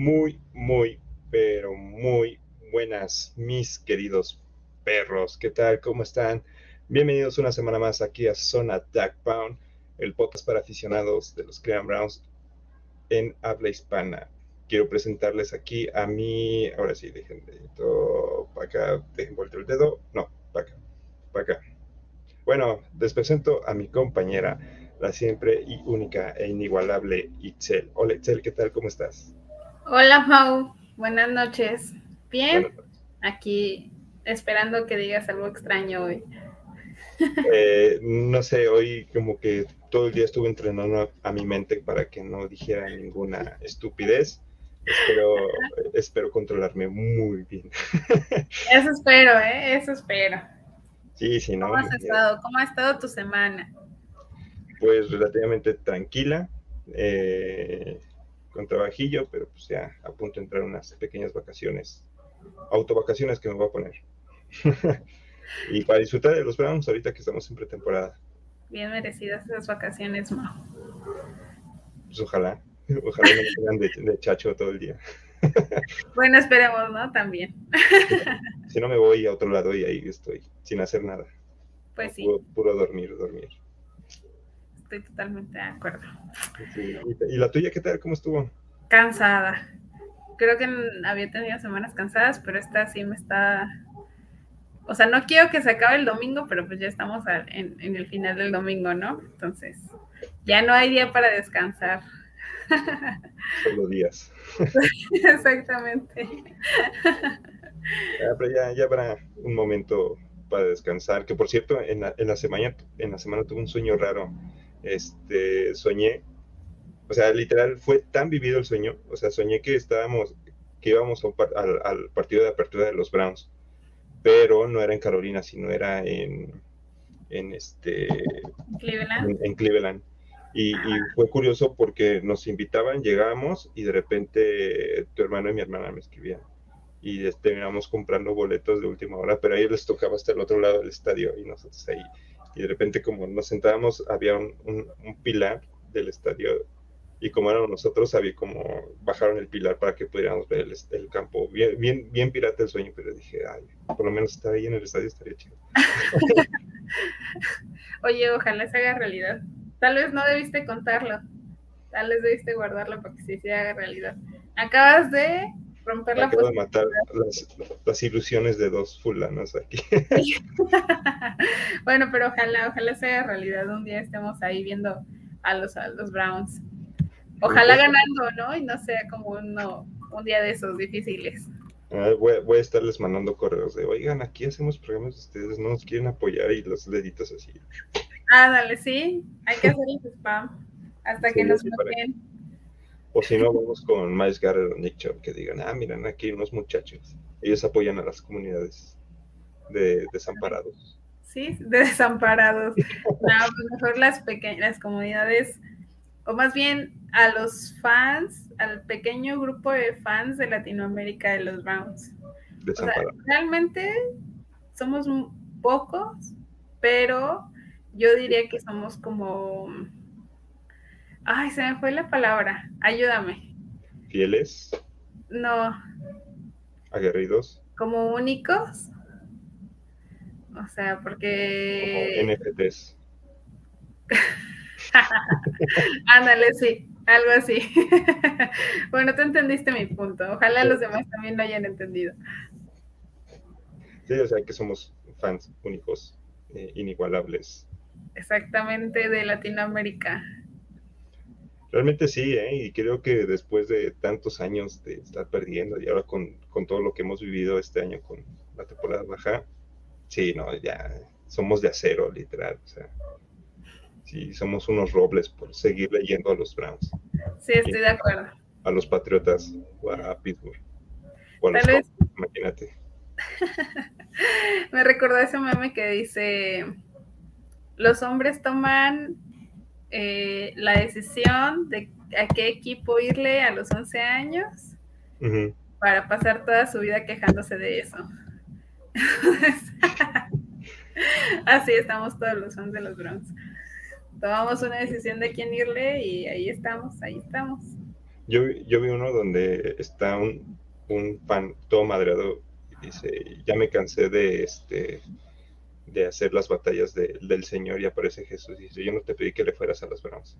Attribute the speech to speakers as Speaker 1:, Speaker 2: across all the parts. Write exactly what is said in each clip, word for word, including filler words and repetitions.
Speaker 1: Muy, muy, pero muy buenas, mis queridos perros. ¿Qué tal? ¿Cómo están? Bienvenidos una semana más aquí a Zona Duck Pound, el podcast para aficionados de los Cleveland Browns en habla hispana. Quiero presentarles aquí a mi... Ahora sí, dejen dedito para acá, dejen voltear el dedo. No, para acá, para acá. Bueno, les presento a mi compañera, la siempre y única e inigualable Itzel. Hola Itzel, ¿qué tal? ¿Cómo estás?
Speaker 2: Hola, Mau. Buenas noches. Bien,
Speaker 1: Buenas noches.
Speaker 2: aquí esperando que digas algo extraño hoy.
Speaker 1: Eh, no sé, hoy como que todo el día estuve entrenando a, a mi mente para que no dijera ninguna estupidez. Espero, espero controlarme muy bien.
Speaker 2: Eso espero, ¿eh? Eso espero.
Speaker 1: Sí, sí,
Speaker 2: ¿Cómo
Speaker 1: no,
Speaker 2: has estado? ¿Cómo ha estado tu semana?
Speaker 1: pues relativamente tranquila, eh, con trabajillo, pero pues ya a punto de entrar unas pequeñas vacaciones, autovacaciones que me voy a poner. Y para disfrutar de los Browns ahorita que estamos en pretemporada.
Speaker 2: Bien merecidas esas vacaciones, Mau.
Speaker 1: Pues ojalá, ojalá y no me tengan de, de chacho todo el día.
Speaker 2: Bueno, esperemos, ¿no? También.
Speaker 1: Si no, si no me voy a otro lado y ahí estoy, sin hacer nada. A
Speaker 2: Pues sí,
Speaker 1: puro, puro dormir, dormir.
Speaker 2: estoy totalmente de acuerdo.
Speaker 1: Sí. ¿Y, ¿Y la tuya qué tal? ¿Cómo estuvo?
Speaker 2: Cansada. Creo que había tenido semanas cansadas, pero esta sí me está... O sea, no quiero que se acabe el domingo, pero pues ya estamos en, en el final del domingo, ¿no? Entonces, ya no hay día para descansar.
Speaker 1: Solo días.
Speaker 2: Exactamente.
Speaker 1: Ah, pero ya, ya habrá un momento para descansar. Que por cierto, en la, en la semana, en la semana tuve un sueño raro. Este, soñé, o sea, literal fue tan vivido el sueño. O sea, soñé que estábamos, que íbamos a un par- al, al partido de apertura de los Browns, pero no era en Carolina, sino era en, en este,
Speaker 2: Cleveland.
Speaker 1: en, en Cleveland. Y, y, fue curioso porque nos invitaban, llegábamos y de repente tu hermano y mi hermana me escribían. Y terminamos comprando boletos de última hora, pero a ellos les tocaba hasta el otro lado del estadio y nosotros ahí. Y de repente como nos sentábamos, había un, un, un pilar del estadio y como éramos nosotros, había como bajaron el pilar para que pudiéramos ver el, el campo. Bien, bien, bien pirata el sueño, pero dije, ay, por lo menos estar ahí en el estadio estaría chido.
Speaker 2: Oye, ojalá se haga realidad. Tal vez no debiste contarlo. Tal vez debiste guardarlo para que sí se haga realidad. Acabas de romper la
Speaker 1: Acabo de
Speaker 2: posibilidad.
Speaker 1: matar las, las ilusiones de dos fulanos aquí.
Speaker 2: Bueno, pero ojalá, ojalá se haga realidad. Un día estemos ahí viendo a los, a los Browns. Ojalá
Speaker 1: Pues,
Speaker 2: ganando, ¿no? Y no sea como uno, un día de esos difíciles.
Speaker 1: voy, voy, a estarles mandando correos de, oigan, aquí hacemos programas, ustedes no nos quieren apoyar y los deditos así.
Speaker 2: Ah, dale, sí. Hay que hacerles spam hasta
Speaker 1: Sí,
Speaker 2: que nos
Speaker 1: así para que.
Speaker 2: bloqueen.
Speaker 1: O si no, vamos con Miles Garrett o Nick Chubb, que digan, ah, miren, aquí hay unos muchachos. Ellos apoyan a las comunidades de desamparados.
Speaker 2: Sí, de desamparados. No, pues mejor las pequeñas las comunidades, o más bien a los fans, al pequeño grupo de fans de Latinoamérica de los Browns. O sea,
Speaker 1: Desamparados.
Speaker 2: realmente somos pocos, pero yo diría que somos como, ay, se me fue la palabra, ayúdame.
Speaker 1: Fieles,
Speaker 2: No,
Speaker 1: aguerridos,
Speaker 2: como únicos, o sea,
Speaker 1: como
Speaker 2: porque,
Speaker 1: N F Ts.
Speaker 2: ándale, sí, algo así. Bueno, tú entendiste mi punto. Ojalá
Speaker 1: Sí,
Speaker 2: los demás también lo hayan entendido.
Speaker 1: sí, o sea que somos fans únicos, eh, inigualables.
Speaker 2: Exactamente, de Latinoamérica.
Speaker 1: Realmente sí, ¿eh? Y creo que después de tantos años de estar perdiendo y ahora con, con todo lo que hemos vivido este año con la temporada baja, sí, no, ya somos de acero, literal. O sea, sí, somos unos robles por seguir leyendo a los Browns,
Speaker 2: Sí,
Speaker 1: y
Speaker 2: estoy de acuerdo.
Speaker 1: a los Patriotas, o a Pittsburgh, o a
Speaker 2: Tal
Speaker 1: los
Speaker 2: vez
Speaker 1: Cowboys, imagínate.
Speaker 2: me recordó ese meme que dice, los hombres toman eh, la decisión de a qué equipo irle a los once años
Speaker 1: Ujú.
Speaker 2: para pasar toda su vida quejándose de eso. Así estamos todos los fans de los Browns. Tomamos una decisión de quién irle y ahí estamos, ahí estamos.
Speaker 1: Yo, yo vi uno donde está un, un fan todo madreado y dice, ya me cansé de este de hacer las batallas de, del Señor y aparece Jesús y dice, yo no te pedí que le fueras a las bromas.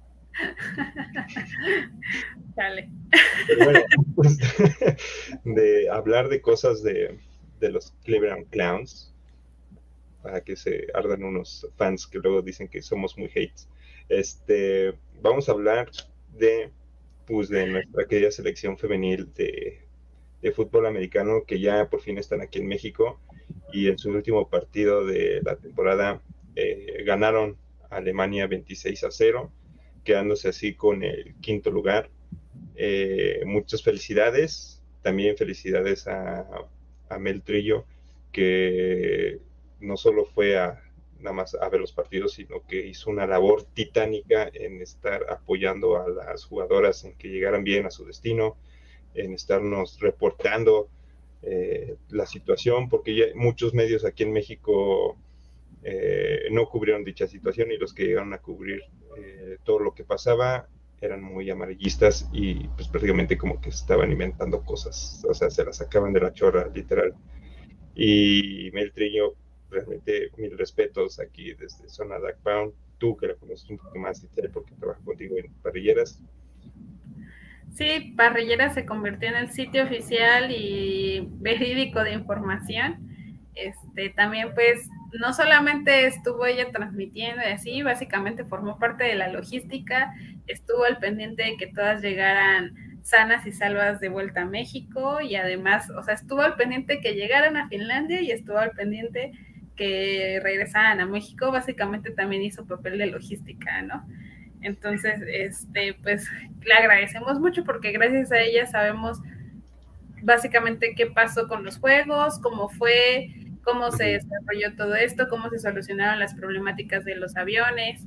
Speaker 2: Dale.
Speaker 1: Pero bueno, pues, de hablar de cosas de, de los Cleveland Clowns, para que se ardan unos fans que luego dicen que somos muy hates. Este, vamos a hablar de, pues, de nuestra querida selección femenil de, de fútbol americano que ya por fin están aquí en México y en su último partido de la temporada eh, ganaron a Alemania veintiséis a cero, quedándose así con el quinto lugar. Eh, muchas felicidades, también felicidades a, a Mel Trillo, que no solo fue a nada más a ver los partidos, sino que hizo una labor titánica en estar apoyando a las jugadoras en que llegaran bien a su destino, en estarnos reportando eh, la situación, porque ya muchos medios aquí en México eh, no cubrieron dicha situación y los que llegaron a cubrir eh, todo lo que pasaba eran muy amarillistas y pues prácticamente como que estaban inventando cosas, o sea, se las sacaban de la chorra, literal. Y Mel Trillo, realmente mil respetos aquí desde Zona Duck Pound, tú que la conoces un poco más, porque trabajas contigo en parrilleras.
Speaker 2: Sí, Parrillera se convirtió en el sitio oficial y verídico de información. Este, también pues no solamente estuvo ella transmitiendo y así, básicamente formó parte de la logística, estuvo al pendiente de que todas llegaran sanas y salvas de vuelta a México y además, o sea, estuvo al pendiente de que llegaran a Finlandia y estuvo al pendiente que regresaran a México, básicamente también hizo papel de logística, ¿no? Entonces, este, pues le agradecemos mucho porque gracias a ella sabemos básicamente qué pasó con los juegos, cómo fue, cómo se desarrolló todo esto, cómo se solucionaron las problemáticas de los aviones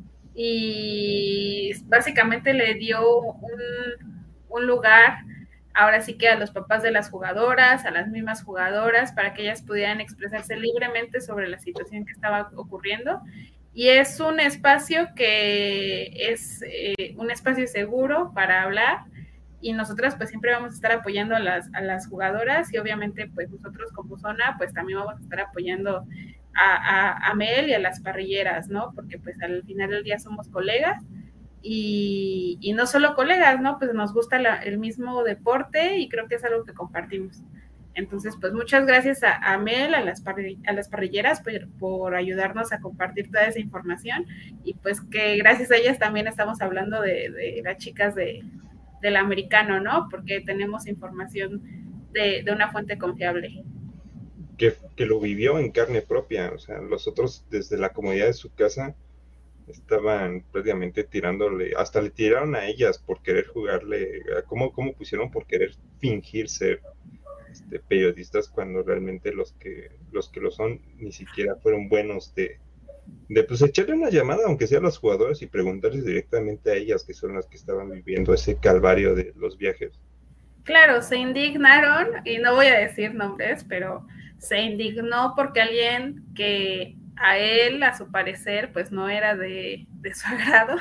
Speaker 2: y básicamente le dio un, un lugar ahora sí que a los papás de las jugadoras, a las mismas jugadoras, para que ellas pudieran expresarse libremente sobre la situación que estaba ocurriendo. Y es un espacio que es eh, un espacio seguro para hablar y nosotras pues siempre vamos a estar apoyando a las, a las jugadoras y obviamente pues nosotros como zona pues también vamos a estar apoyando a, a, a Mel y a las parrilleras, ¿no? Porque pues al final del día somos colegas y, y no solo colegas, ¿no? Pues nos gusta la, el mismo deporte y creo que es algo que compartimos. Entonces, pues muchas gracias a, a Mel, a las, parri a las parrilleras por, por ayudarnos a compartir toda esa información y pues que gracias a ellas también estamos hablando de, de las chicas de, del americano, ¿no? Porque tenemos información de, de una fuente confiable.
Speaker 1: Que, que lo vivió en carne propia, o sea, los otros desde la comodidad de su casa estaban prácticamente tirándole, hasta le tiraron a ellas por querer jugarle, ¿cómo, cómo pusieron por querer fingir ser este, periodistas cuando realmente los que, los que lo son ni siquiera fueron buenos de, de pues echarle una llamada, aunque sea a los jugadores, y preguntarles directamente a ellas, que son las que estaban viviendo ese calvario de los viajes.
Speaker 2: Claro, se indignaron, y no voy a decir nombres, pero se indignó porque alguien que a él, a su parecer, pues no era de, de su agrado,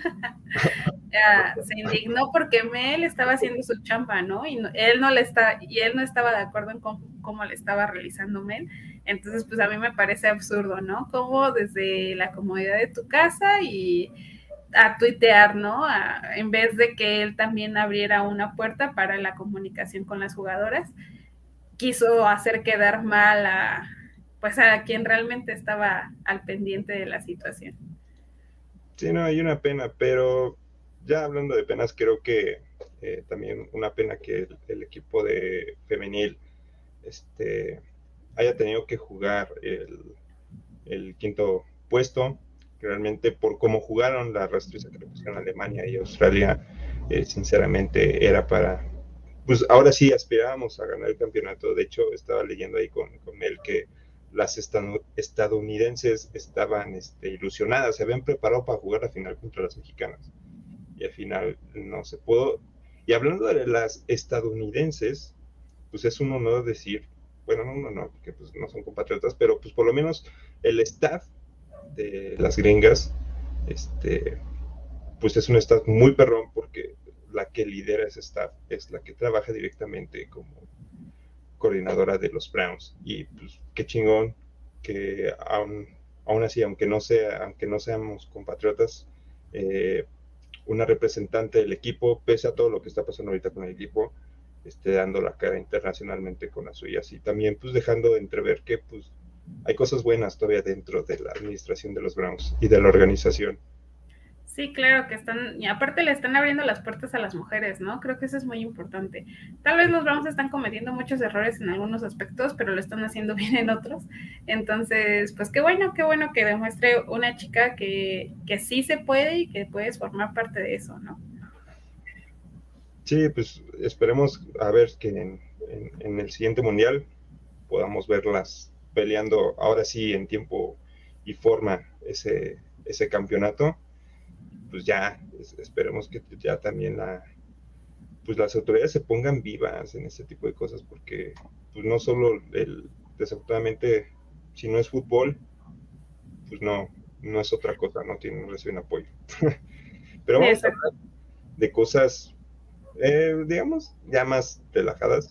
Speaker 2: se indignó porque Mel estaba haciendo su chamba, ¿no? Y no, él no le está, y él no estaba de acuerdo en cómo, cómo le estaba realizando Mel. Entonces, pues a mí me parece absurdo, ¿no? Como desde la comodidad de tu casa y a tuitear, ¿no? A, en vez de que él también abriera una puerta para la comunicación con las jugadoras, quiso hacer quedar mal a, pues a quien realmente estaba al pendiente de la situación.
Speaker 1: Sí, no, hay una pena, pero ya hablando de penas, creo que eh, también una pena que el, el equipo de femenil este, haya tenido que jugar el, el quinto puesto, que realmente por cómo jugaron la rastriza que le pusieron a Alemania y Australia, eh, sinceramente era para, pues ahora sí aspirábamos a ganar el campeonato. De hecho, estaba leyendo ahí con, con él que las estadounidenses estaban este, ilusionadas, se habían preparado para jugar la final contra las mexicanas y al final no se pudo. Y hablando de las estadounidenses, pues es un honor decir, bueno, no, no, no, porque pues no son compatriotas, pero pues por lo menos el staff de las gringas, este, pues es un staff muy perrón porque la que lidera ese staff, es la que trabaja directamente como coordinadora de los Browns. Y pues qué chingón que aún, aún así, aunque no sea, aunque no seamos compatriotas, eh, una representante del equipo, pese a todo lo que está pasando ahorita con el equipo, esté dando la cara internacionalmente con las suyas y también pues dejando de entrever que pues hay cosas buenas todavía dentro de la administración de los Browns y de la organización.
Speaker 2: Sí, claro que están, y aparte le están abriendo las puertas a las mujeres, ¿no? Creo que eso es muy importante. Tal vez los Browns están cometiendo muchos errores en algunos aspectos, pero lo están haciendo bien en otros. Entonces, pues qué bueno, qué bueno que demuestre una chica que, que sí se puede y que puedes formar parte de eso, ¿no?
Speaker 1: Sí, pues esperemos a ver que en, en, en el siguiente mundial podamos verlas peleando ahora sí en tiempo y forma ese, ese campeonato. Pues ya esperemos que ya también la, pues las autoridades se pongan vivas en este tipo de cosas, porque pues no solo el, desafortunadamente, si no es fútbol, pues no, no es otra cosa, no tiene, no reciben apoyo. Pero
Speaker 2: Sí,
Speaker 1: vamos a
Speaker 2: exacto.
Speaker 1: hablar de cosas, eh, digamos, ya más relajadas,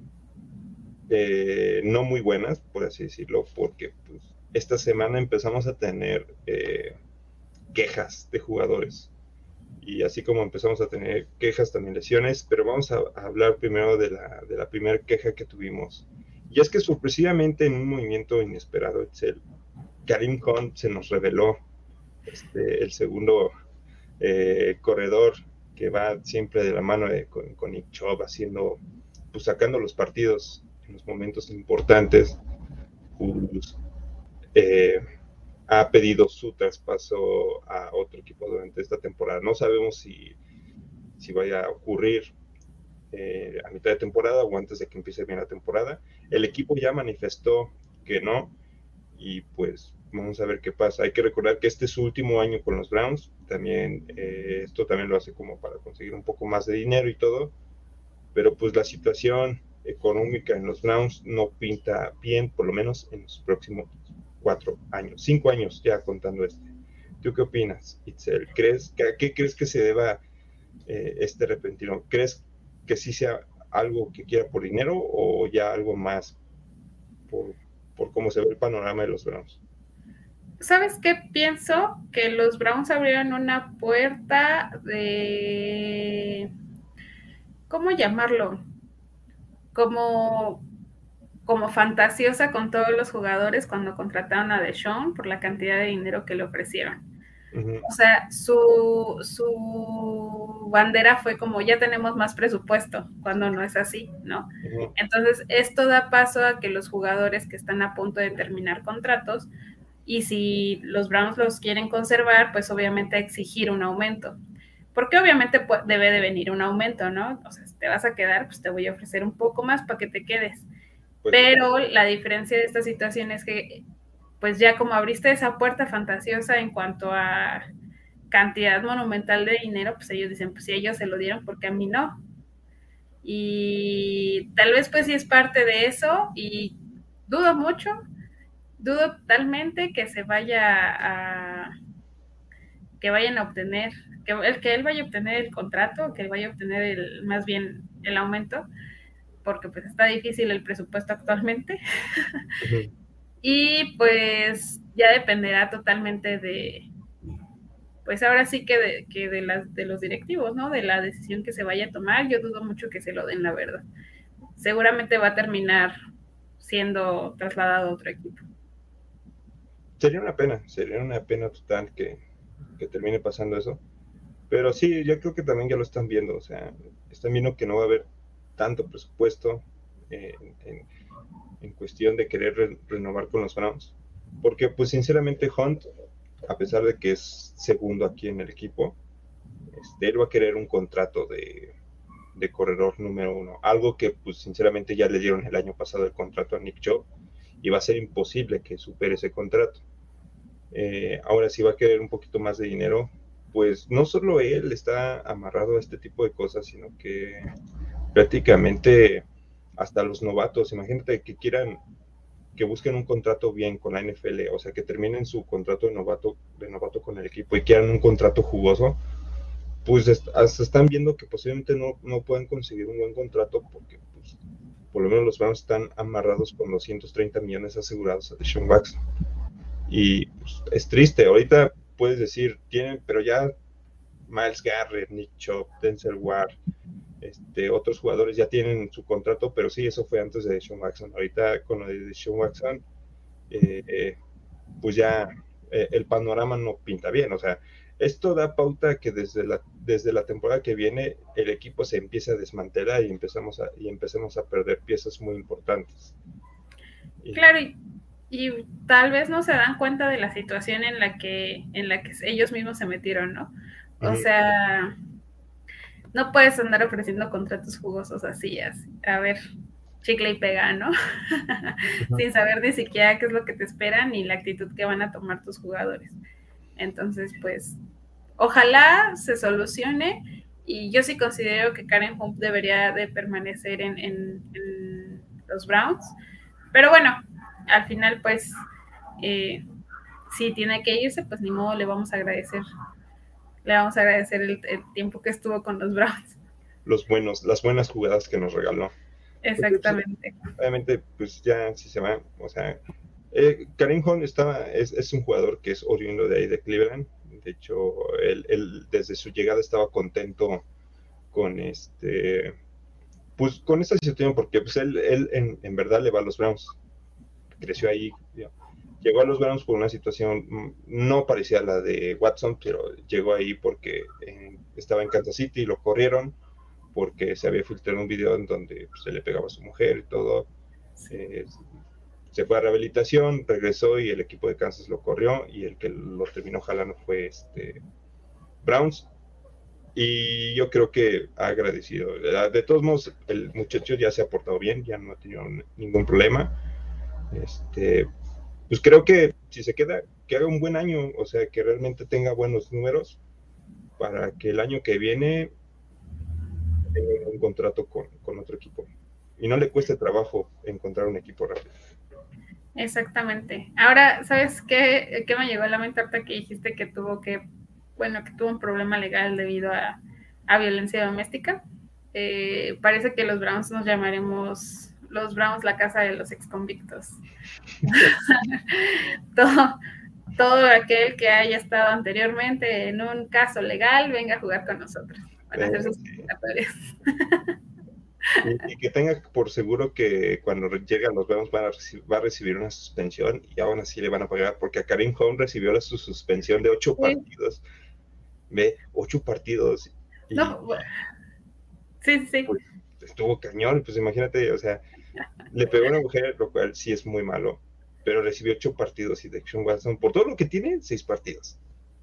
Speaker 1: eh, no muy buenas, por así decirlo, porque pues, esta semana empezamos a tener eh, quejas de jugadores. Y así como empezamos a tener quejas, también lesiones, pero vamos a, a hablar primero de la, de la primera queja que tuvimos. Y es que sorpresivamente en un movimiento inesperado, Excel, Karim Hunt se nos reveló, este, el segundo eh, corredor que va siempre de la mano de, con, con Nick Chubb, haciendo, pues sacando los partidos en los momentos importantes, pues, eh, ha pedido su traspaso a otro equipo durante esta temporada. No sabemos si, si vaya a ocurrir eh, a mitad de temporada o antes de que empiece bien la temporada. El equipo ya manifestó que no y pues vamos a ver qué pasa. Hay que recordar que este es su último año con los Browns. También eh, esto también lo hace como para conseguir un poco más de dinero y todo, pero pues la situación económica en los Browns no pinta bien, por lo menos en los próximos cuatro años, cinco años ya contando este. ¿Tú qué opinas, Itzel? ¿Crees que, ¿A qué crees que se deba eh, este repentino? ¿Crees que sí sea algo que quiera por dinero o ya algo más por, por cómo se ve el panorama de los Browns?
Speaker 2: ¿Sabes qué pienso? Que los Browns abrieron una puerta de... ¿Cómo llamarlo? Como, como fantasiosa con todos los jugadores cuando contrataron a Deshaun por la cantidad de dinero que le ofrecieron.
Speaker 1: Uh-huh.
Speaker 2: O sea, su, su bandera fue como ya tenemos más presupuesto, cuando no es así, ¿no?
Speaker 1: Uh-huh.
Speaker 2: Entonces, esto da paso a que los jugadores que están a punto de terminar contratos, y si los Browns los quieren conservar, pues obviamente exigir un aumento. Porque obviamente debe de venir un aumento, ¿no? O sea, si te vas a quedar, pues te voy a ofrecer un poco más para que te quedes. Pues, pero la diferencia de esta situación es que pues ya como abriste esa puerta fantasiosa en cuanto a cantidad monumental de dinero, pues ellos dicen, pues si ellos se lo dieron, porque a mí no. Y tal vez pues sí es parte de eso y dudo mucho, dudo totalmente que se vaya a, que vayan a obtener, que, el, que él vaya a obtener el contrato, que él vaya a obtener el, más bien el aumento, porque pues está difícil el presupuesto actualmente. Uh-huh. Y pues ya dependerá totalmente de, pues ahora sí que de, que de, las, de los directivos, ¿no? De la decisión que se vaya a tomar. Yo dudo mucho que se lo den, la verdad. Seguramente va a terminar siendo trasladado a otro equipo.
Speaker 1: Sería una pena, sería una pena total que, que termine pasando eso. Pero sí, yo creo que también ya lo están viendo, o sea, están viendo que no va a haber tanto presupuesto eh, en, en cuestión de querer re renovar con los Browns, porque pues sinceramente Hunt, a pesar de que es segundo aquí en el equipo, este, él va a querer un contrato de, de corredor número uno, algo que pues sinceramente ya le dieron el año pasado el contrato a Nick Chubb, y va a ser imposible que supere ese contrato. Eh, ahora sí va a querer un poquito más de dinero, pues no solo él está amarrado a este tipo de cosas, sino que prácticamente hasta los novatos, imagínate que quieran, que busquen un contrato bien con la N F L, o sea, que terminen su contrato de novato, de novato con el equipo y quieran un contrato jugoso, pues hasta están viendo que posiblemente no, no puedan conseguir un buen contrato porque pues, por lo menos los Browns están amarrados con doscientos treinta millones asegurados a Deshaun Watson. Y pues, es triste, ahorita puedes decir, tienen, pero ya Myles Garrett, Nick Chubb, Denzel Ward, este, otros jugadores ya tienen su contrato, pero sí, eso fue antes de Deshaun Watson. Ahorita con lo de Deshaun Watson, eh, eh, pues ya eh, el panorama no pinta bien, o sea, esto da pauta que desde la, desde la temporada que viene el equipo se empieza a desmantelar y empezamos a, y empecemos a perder piezas muy importantes.
Speaker 2: Y, claro, y, y tal vez no se dan cuenta de la situación en la que, en la que ellos mismos se metieron, ¿no? O uh-huh. sea, no puedes andar ofreciendo contratos jugosos así, así a ver, chicle y pega, ¿no? Uh-huh. Sin saber ni siquiera qué es lo que te esperan ni la actitud que van a tomar tus jugadores. Entonces, pues, ojalá se solucione y yo sí considero que Karen Hunt debería de permanecer en, en, en los Browns, pero bueno, al final, pues, eh, si tiene que irse, pues ni modo, le vamos a agradecer, le vamos a agradecer el, el tiempo que estuvo con los Browns.
Speaker 1: Los buenos, las buenas jugadas que nos regaló.
Speaker 2: Exactamente.
Speaker 1: Pues, obviamente, pues ya si se va, o sea, eh, Kareem Hunt estaba, es, es un jugador que es oriundo de ahí de Cleveland. De hecho, él, él desde su llegada estaba contento con este, pues con esta situación, porque pues él, él en, en verdad le va a los Browns. Creció ahí, ¿no? Llegó a los Browns por una situación no parecida a la de Watson, pero llegó ahí porque eh, estaba en Kansas City y lo corrieron porque se había filtrado un video en donde pues, se le pegaba a su mujer y todo. Eh, se fue a rehabilitación, regresó y el equipo de Kansas lo corrió y el que lo terminó jalando fue este Browns. Y yo creo que ha agradecido. De todos modos, el muchacho ya se ha portado bien, ya no ha tenido ningún problema. Este, pues creo que si se queda, que haga un buen año, o sea, que realmente tenga buenos números para que el año que viene tenga un contrato con, con otro equipo y no le cueste trabajo encontrar un equipo rápido.
Speaker 2: Exactamente. Ahora, ¿sabes qué, qué me llegó a la mente ahorita que dijiste que tuvo que, bueno, que tuvo un problema legal debido a, a violencia doméstica? Eh, parece que los Browns nos llamaremos los Browns la casa de los exconvictos. todo, todo aquel que haya estado anteriormente en un caso legal, venga a jugar con nosotros. Van a hacer sus convocatorias.
Speaker 1: Y, y que tenga por seguro que cuando llegue a los Browns va a, recibir, va a recibir una suspensión y aún así le van a pagar, porque a Kareem Hunt recibió la, su suspensión de ocho sí. partidos. Ve, ocho partidos. Y,
Speaker 2: no, sí, sí.
Speaker 1: Pues, estuvo cañón, pues imagínate, o sea, le pegó a una mujer, lo cual sí es muy malo, pero recibió ocho partidos y Deshaun Watson, por todo lo que tiene, seis partidos.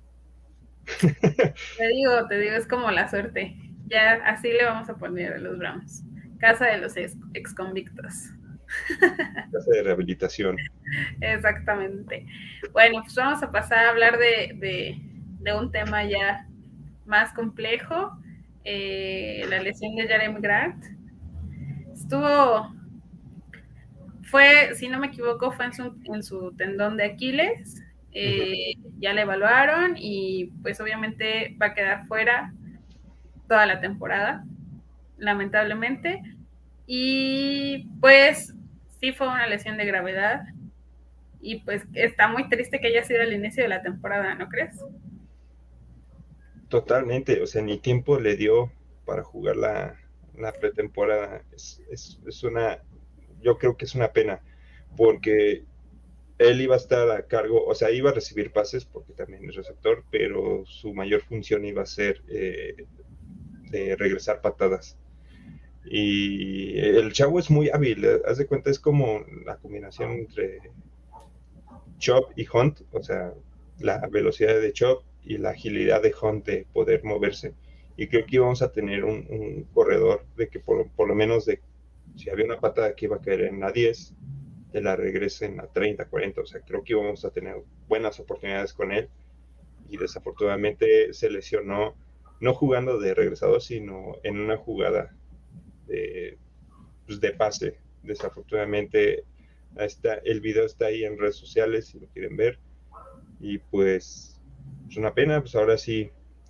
Speaker 2: Te digo, te digo, es como la suerte. Ya así le vamos a poner a los Browns. Casa de los ex, ex convictos.
Speaker 1: Casa de rehabilitación.
Speaker 2: Exactamente. Bueno, pues vamos a pasar a hablar de, de, de un tema ya más complejo. Eh, la lesión de Jeremy Grant. Estuvo, fue, si no me equivoco, fue en su, en su tendón de Aquiles. Eh, uh-huh. Ya le evaluaron y pues obviamente va a quedar fuera toda la temporada, lamentablemente. Y pues sí fue una lesión de gravedad y pues está muy triste que haya sido el inicio de la temporada, ¿no crees?
Speaker 1: Totalmente, o sea, ni tiempo le dio para jugar la, la pretemporada. Es, es, es una, yo creo que es una pena, porque él iba a estar a cargo, o sea, iba a recibir pases porque también es receptor, pero su mayor función iba a ser eh, de regresar patadas. Y el chavo es muy hábil, haz de cuenta, es como la combinación entre Chubb y Hunt, o sea, la velocidad de Chubb y la agilidad de Hunt de poder moverse. Y creo que íbamos a tener un, un corredor de que por, por lo menos de, si había una patada que iba a caer en la diez, de la regresen a treinta, cuarenta, o sea, creo que íbamos a tener buenas oportunidades con él. Y desafortunadamente se lesionó, no jugando de regresador, sino en una jugada de, pues de pase. Desafortunadamente está, el video está ahí en redes sociales si lo quieren ver y pues es una pena. Pues ahora sí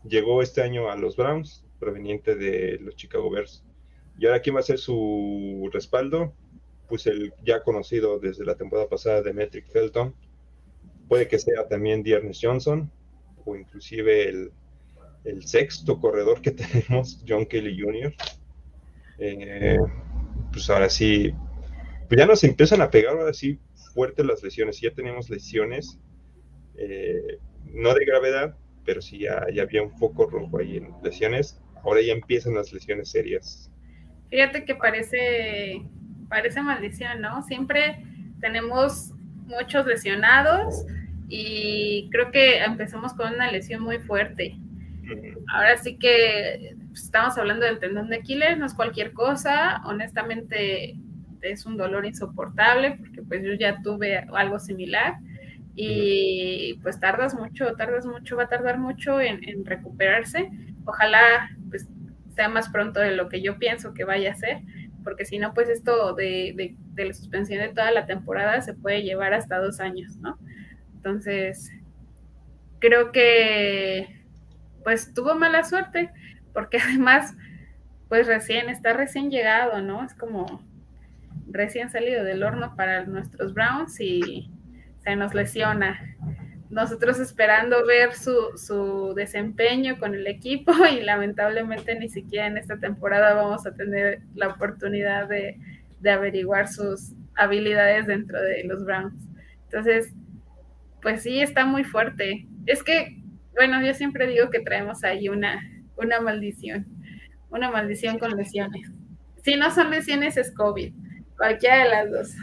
Speaker 1: llegó este año a los Browns, proveniente de los Chicago Bears. Y ahora, ¿quién va a ser su respaldo? Pues el ya conocido desde la temporada pasada de Metric Felton. Puede que sea también Dearness Johnson, o inclusive el, el sexto corredor que tenemos, John Kelly junior Eh, pues ahora sí, pues ya nos empiezan a pegar ahora sí fuertes las lesiones. Ya tenemos lesiones, eh, no de gravedad, pero sí ya, ya había un foco rojo ahí en lesiones. Ahora ya empiezan las lesiones serias.
Speaker 2: Fíjate que parece, parece maldición, ¿no? Siempre tenemos muchos lesionados y creo que empezamos con una lesión muy fuerte. Uh-huh. Ahora sí que pues, estamos hablando del tendón de Aquiles, no es cualquier cosa, honestamente es un dolor insoportable porque pues yo ya tuve algo similar y pues tardas mucho, tardas mucho, va a tardar mucho en, en recuperarse. Ojalá pues sea más pronto de lo que yo pienso que vaya a ser, porque si no, pues esto de, de, de la suspensión de toda la temporada se puede llevar hasta dos años, ¿no? Entonces, creo que pues tuvo mala suerte, porque además, pues recién, está recién llegado, ¿no? Es como recién salido del horno para nuestros Browns y se nos lesiona. Nosotros esperando ver su, su desempeño con el equipo y lamentablemente ni siquiera en esta temporada vamos a tener la oportunidad de, de averiguar sus habilidades dentro de los Browns. Entonces, pues sí, está muy fuerte. Es que, bueno, yo siempre digo que traemos ahí una, una maldición, una maldición con lesiones. Si no son lesiones es COVID, cualquiera de las dos.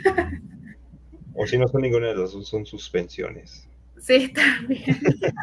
Speaker 1: O si no son ninguna de las dos, son suspensiones.
Speaker 2: Sí, también.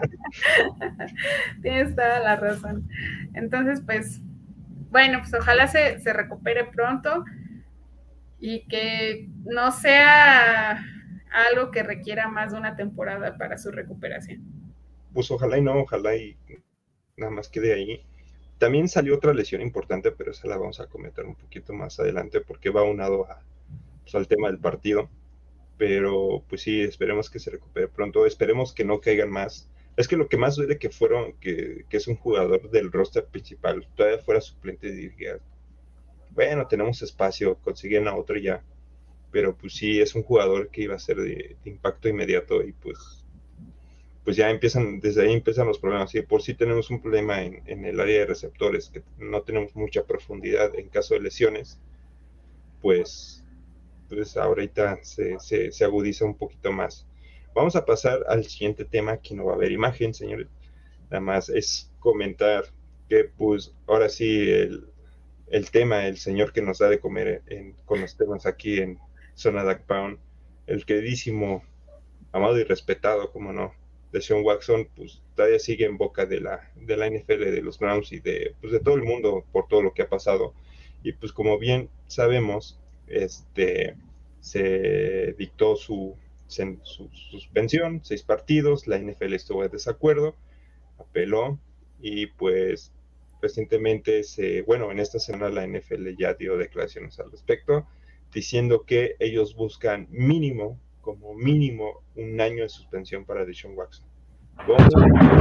Speaker 2: Tienes toda la razón. Entonces, pues, bueno, pues ojalá se, se recupere pronto y que no sea algo que requiera más de una temporada para su recuperación.
Speaker 1: Pues ojalá y no, ojalá y nada más quede ahí. También salió otra lesión importante, pero esa la vamos a comentar un poquito más adelante porque va unado a, pues, al tema del partido. Pero pues sí, esperemos que se recupere pronto, esperemos que no caigan más. Es que lo que más duele que fueron, que, que es un jugador del roster principal, todavía fuera suplente, diría, bueno, tenemos espacio, consiguen a otro ya, pero pues sí, es un jugador que iba a ser de, de impacto inmediato y pues, pues ya empiezan, desde ahí empiezan los problemas. Y por sí tenemos un problema en, en el área de receptores, que no tenemos mucha profundidad en caso de lesiones, pues pues ahorita se, se, se agudiza un poquito más. Vamos a pasar al siguiente tema. Aquí no va a haber imagen, señores. Nada más es comentar que, pues, ahora sí, el, el tema, el señor que nos da de comer en, con los temas aquí en Zona Duck Pound, el queridísimo, amado y respetado, como no, de Sean Watson, pues todavía sigue en boca de la, de la N F L, de los Browns y de, pues, de todo el mundo por todo lo que ha pasado. Y pues como bien sabemos, este, se dictó su, su, su suspensión, seis partidos, la N F L estuvo de desacuerdo, apeló y pues recientemente, se, bueno, en esta semana la N F L ya dio declaraciones al respecto, diciendo que ellos buscan mínimo, como mínimo, un año de suspensión para Deshaun Watson. ¿Cómo?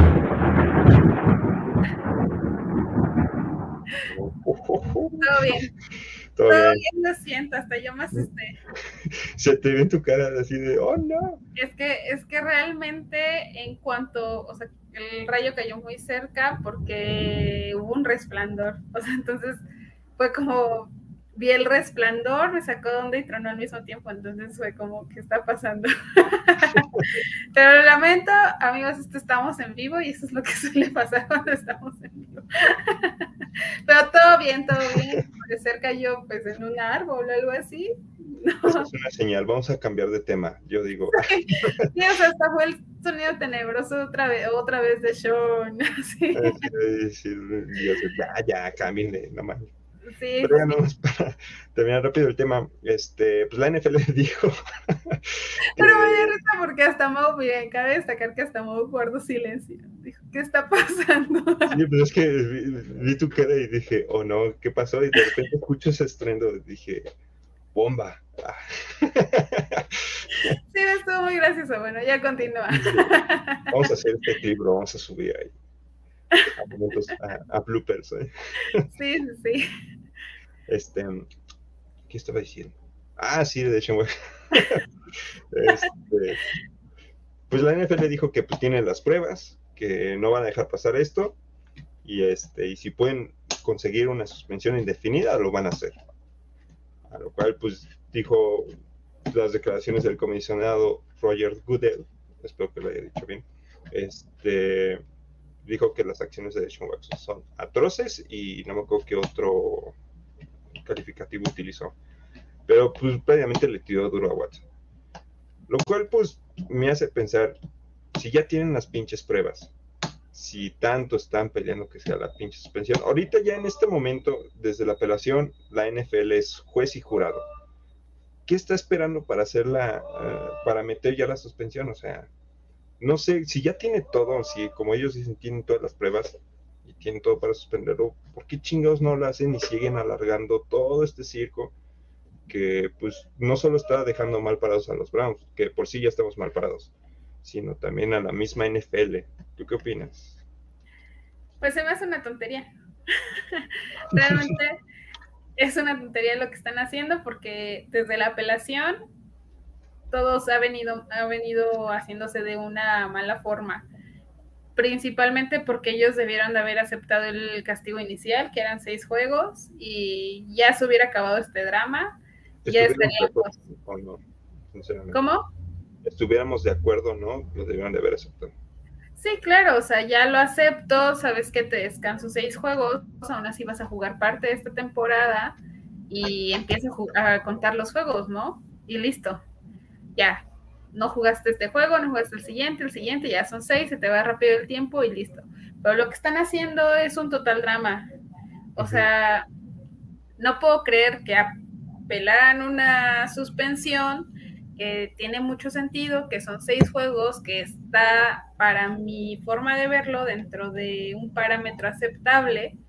Speaker 2: Todo bien.
Speaker 1: Todo,
Speaker 2: Todo
Speaker 1: bien.
Speaker 2: bien, lo siento, hasta yo me asusté.
Speaker 1: Se te ve en tu cara así de, oh no.
Speaker 2: Es que, es que realmente en cuanto, o sea, el rayo cayó muy cerca porque hubo un resplandor, o sea, entonces fue como, vi el resplandor, me sacó de onda y tronó al mismo tiempo, entonces fue como, ¿qué está pasando? Pero lo lamento, amigos, esto estamos en vivo y eso es lo que suele pasar cuando estamos en vivo. Pero todo bien, todo bien, de cerca yo pues en un árbol o algo así.
Speaker 1: No. Esa es una señal, vamos a cambiar de tema, yo digo.
Speaker 2: Sí, sí, o sea, hasta fue el sonido tenebroso otra vez, otra vez de Sean. Sí.
Speaker 1: Sí, sí, Dios, ya, ya, cámbienle, nada más.
Speaker 2: Sí.
Speaker 1: Pero ya nomás para terminar rápido el tema, este, pues la N F L dijo.
Speaker 2: Pero me dio risa porque hasta Mau, bien, cabe destacar que hasta Mau guardó silencio. Dijo, ¿qué está pasando?
Speaker 1: Sí, pero es que vi, vi tu cara y dije, oh no, ¿qué pasó? Y de repente escucho ese estruendo y dije, bomba.
Speaker 2: Sí, estuvo muy gracioso. Bueno, ya continúa.
Speaker 1: Vamos a hacer este clip, lo vamos a subir ahí. a momentos, a, a bloopers, ¿eh?
Speaker 2: Sí, sí, sí.
Speaker 1: Este, ¿qué estaba diciendo? Ah, sí, de Sean Watson. este, pues la N F L dijo que pues tienen las pruebas, que no van a dejar pasar esto, y este, y si pueden conseguir una suspensión indefinida, lo van a hacer. A lo cual, pues, dijo las declaraciones del comisionado Roger Goodell, espero que lo haya dicho bien, este, dijo que las acciones de Deshaun Watson son atroces y no me acuerdo qué otro calificativo utilizó. Pero, pues, prácticamente le tiró duro a Watson. Lo cual, pues, me hace pensar, si ya tienen las pinches pruebas, si tanto están peleando que sea la pinche suspensión. Ahorita ya en este momento, desde la apelación, la N F L es juez y jurado. ¿Qué está esperando para hacerla, uh, para meter ya la suspensión? O sea, no sé, si ya tiene todo, si como ellos dicen, tienen todas las pruebas y tienen todo para suspenderlo, ¿por qué chingados no lo hacen y siguen alargando todo este circo que pues no solo está dejando mal parados a los Browns, que por sí ya estamos mal parados, sino también a la misma N F L? ¿Tú qué opinas?
Speaker 2: Pues se me hace una tontería. Realmente es una tontería lo que están haciendo porque desde la apelación todos ha venido, ha venido haciéndose de una mala forma, principalmente porque ellos debieron de haber aceptado el castigo inicial, que eran seis juegos, y ya se hubiera acabado este drama. Ya estaríamos.
Speaker 1: ¿O no? Sinceramente.
Speaker 2: ¿Cómo?
Speaker 1: Estuviéramos de acuerdo, ¿no? Lo debieron de haber aceptado.
Speaker 2: Sí, claro, o sea, ya lo acepto, sabes que te descanso seis juegos, aún así vas a jugar parte de esta temporada y empieza a, a contar los juegos, ¿no? Y listo, ya, no jugaste este juego, no jugaste el siguiente, el siguiente, ya son seis, se te va rápido el tiempo y listo. Pero lo que están haciendo es un total drama. O uh-huh. sea, no puedo creer que apelaran una suspensión que tiene mucho sentido, que son seis juegos, que está, para mi forma de verlo, dentro de un parámetro aceptable,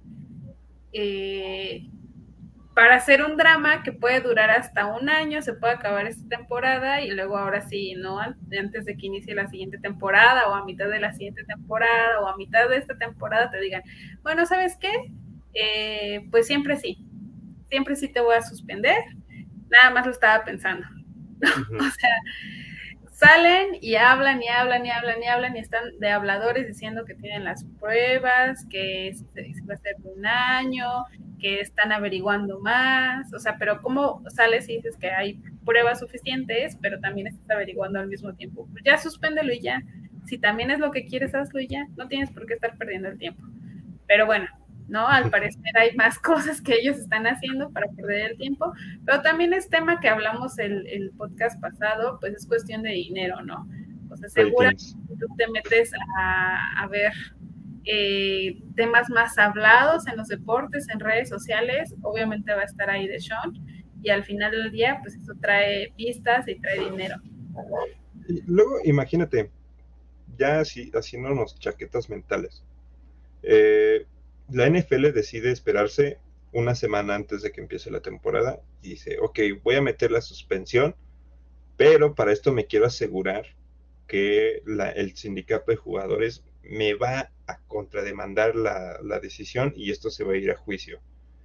Speaker 2: eh, para hacer un drama que puede durar hasta un año, se puede acabar esta temporada y luego ahora sí, ¿no? Antes de que inicie la siguiente temporada o a mitad de la siguiente temporada o a mitad de esta temporada te digan, bueno, ¿sabes qué? Eh, pues siempre sí, siempre sí te voy a suspender, nada más lo estaba pensando. Uh-huh. O sea, salen y hablan y hablan y hablan y hablan y están de habladores diciendo que tienen las pruebas, que se, se va a hacer un año, que están averiguando más, o sea, pero ¿cómo sales y dices que hay pruebas suficientes, pero también estás averiguando al mismo tiempo? Pues ya suspéndelo y ya, si también es lo que quieres, hazlo y ya, no tienes por qué estar perdiendo el tiempo. Pero bueno, ¿no? Al parecer hay más cosas que ellos están haciendo para perder el tiempo, pero también es tema que hablamos el, el podcast pasado, pues es cuestión de dinero, ¿no? O sea, seguramente tú te metes a, a ver eh, temas más hablados en los deportes, en redes sociales, obviamente va a estar ahí Deshaun, y al final del día, pues eso trae vistas y trae dinero.
Speaker 1: Y luego, imagínate, ya así, haciéndonos chaquetas mentales, eh, la N F L decide esperarse una semana antes de que empiece la temporada y dice, ok, voy a meter la suspensión, pero para esto me quiero asegurar que la, el sindicato de jugadores me va a contrademandar la, la decisión y esto se va a ir a juicio.